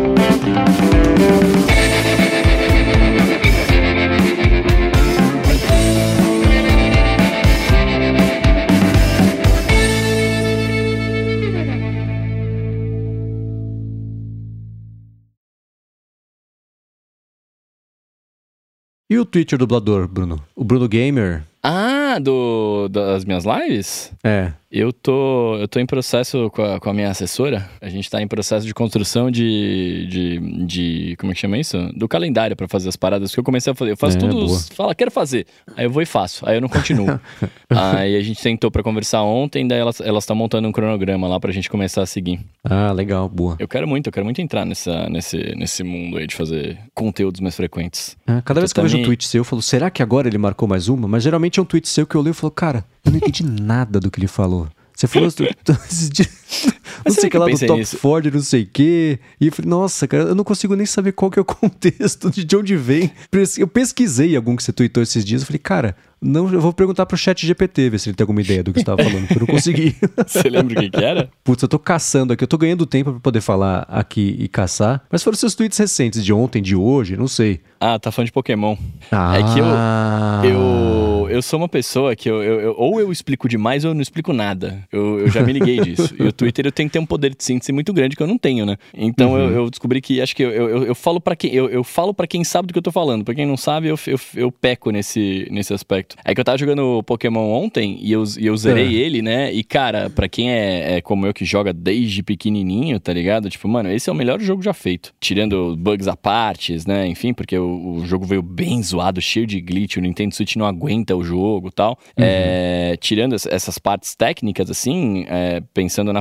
E o Twitter dublador, Bruno? O Bruno Gamer? Ah, das minhas lives? É. Eu tô em processo com a minha assessora. A gente tá em processo de construção de como é que chama isso? Do calendário pra fazer as paradas que eu comecei a fazer. Eu faço tudo, fala, quero fazer. Aí eu vou e faço. Aí eu não continuo. Aí a gente tentou pra conversar ontem, daí elas estão montando um cronograma lá pra gente começar a seguir. Ah, legal, boa. Eu quero muito entrar nesse mundo aí de fazer conteúdos mais frequentes. Cada vez que eu vejo um tweet seu, eu falo, será que agora ele marcou mais uma? Mas geralmente é um tweet seu que eu leio e falo, cara, eu não entendi nada do que ele falou. Você falou esses dias, não sei o que lá do Top Ford, não sei o que. E eu falei, nossa, cara, eu não consigo nem saber qual que é o contexto, de onde vem. Eu pesquisei algum que você tweetou esses dias, eu falei, cara, não, eu vou perguntar pro chat GPT, ver se ele tem alguma ideia do que você estava falando, porque eu não consegui. Você lembra o que era? Putz, eu tô caçando aqui, eu tô ganhando tempo pra poder falar aqui e caçar. Mas foram seus tweets recentes, de ontem, de hoje, não sei. Ah, tá falando de Pokémon. Ah. É que eu sou uma pessoa que ou eu explico demais ou eu não explico nada. Eu já me liguei disso. E o Twitter eu tenho que ter um poder de síntese muito grande que eu não tenho, né? Então eu descobri que acho que eu falo pra quem eu falo para quem sabe do que eu tô falando. Pra quem não sabe, eu peco nesse aspecto. É que eu tava jogando Pokémon ontem e eu zerei ele, né? E cara, pra quem é como eu que joga desde pequenininho, tá ligado? Tipo, mano, esse é o melhor jogo já feito. Tirando bugs à parte, né? Enfim, porque o jogo veio bem zoado, cheio de glitch, o Nintendo Switch não aguenta o jogo e tal. Tirando essas partes técnicas, assim, pensando na franquia como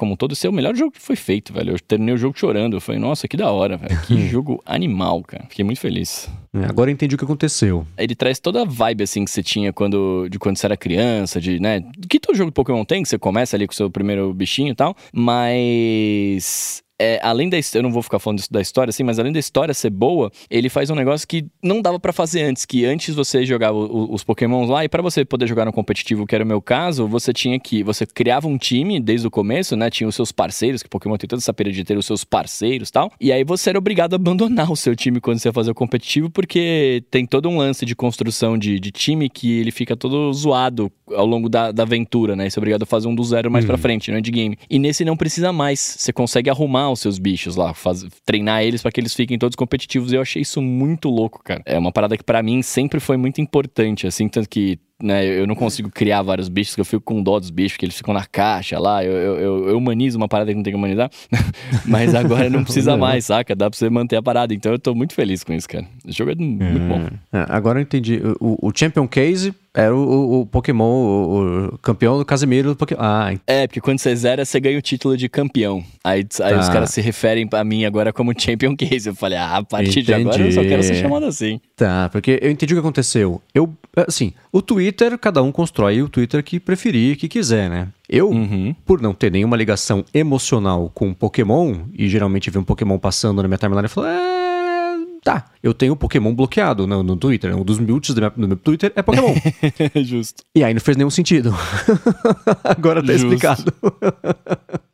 como um todo, esse é o melhor jogo que foi feito, velho. Eu terminei o jogo chorando. Eu falei, nossa, que da hora, velho. Que jogo animal, cara. Fiquei muito feliz. Agora eu entendi o que aconteceu. Ele traz toda a vibe, assim, que você tinha quando você era criança, né? Que todo jogo de Pokémon tem, que você começa ali com o seu primeiro bichinho e tal, mas... além da história, eu não vou ficar falando da história assim, mas além da história ser boa, ele faz um negócio que não dava pra fazer antes, que antes você jogava os Pokémons lá, e pra você poder jogar no competitivo, que era o meu caso, você criava um time desde o começo, né, tinha os seus parceiros, que Pokémon tem toda essa pira de ter os seus parceiros e tal, e aí você era obrigado a abandonar o seu time quando você ia fazer o competitivo, porque tem todo um lance de construção de time que ele fica todo zoado ao longo da aventura, né, você é obrigado a fazer um do zero mais pra frente, no endgame. E nesse não precisa mais, você consegue arrumar os seus bichos lá, treinar eles pra que eles fiquem todos competitivos, e eu achei isso muito louco, cara. É uma parada que pra mim sempre foi muito importante, assim, tanto que, né, eu não consigo criar vários bichos, que eu fico com dó dos bichos, que eles ficam na caixa lá, eu humanizo uma parada que não tem que humanizar, mas agora não precisa mais, saca? Dá pra você manter a parada, então eu tô muito feliz com isso, cara. O jogo é muito bom. Agora eu entendi. O Champion Case era o Pokémon, o campeão do Casemiro do Pokémon. Porque quando você zera, você ganha o título de campeão. Aí os caras se referem a mim agora como Champion Case. Eu falei, a partir de agora eu só quero ser chamado assim. Tá, porque eu entendi o que aconteceu. Assim, o Twitter, cada um constrói o Twitter que preferir, que quiser, né? Eu, por não ter nenhuma ligação emocional com Pokémon, e geralmente ver um Pokémon passando na minha timeline, eu falo, tá, eu tenho Pokémon bloqueado no Twitter. Um dos mutes do meu Twitter é Pokémon. Justo. E aí não fez nenhum sentido. Agora tá explicado.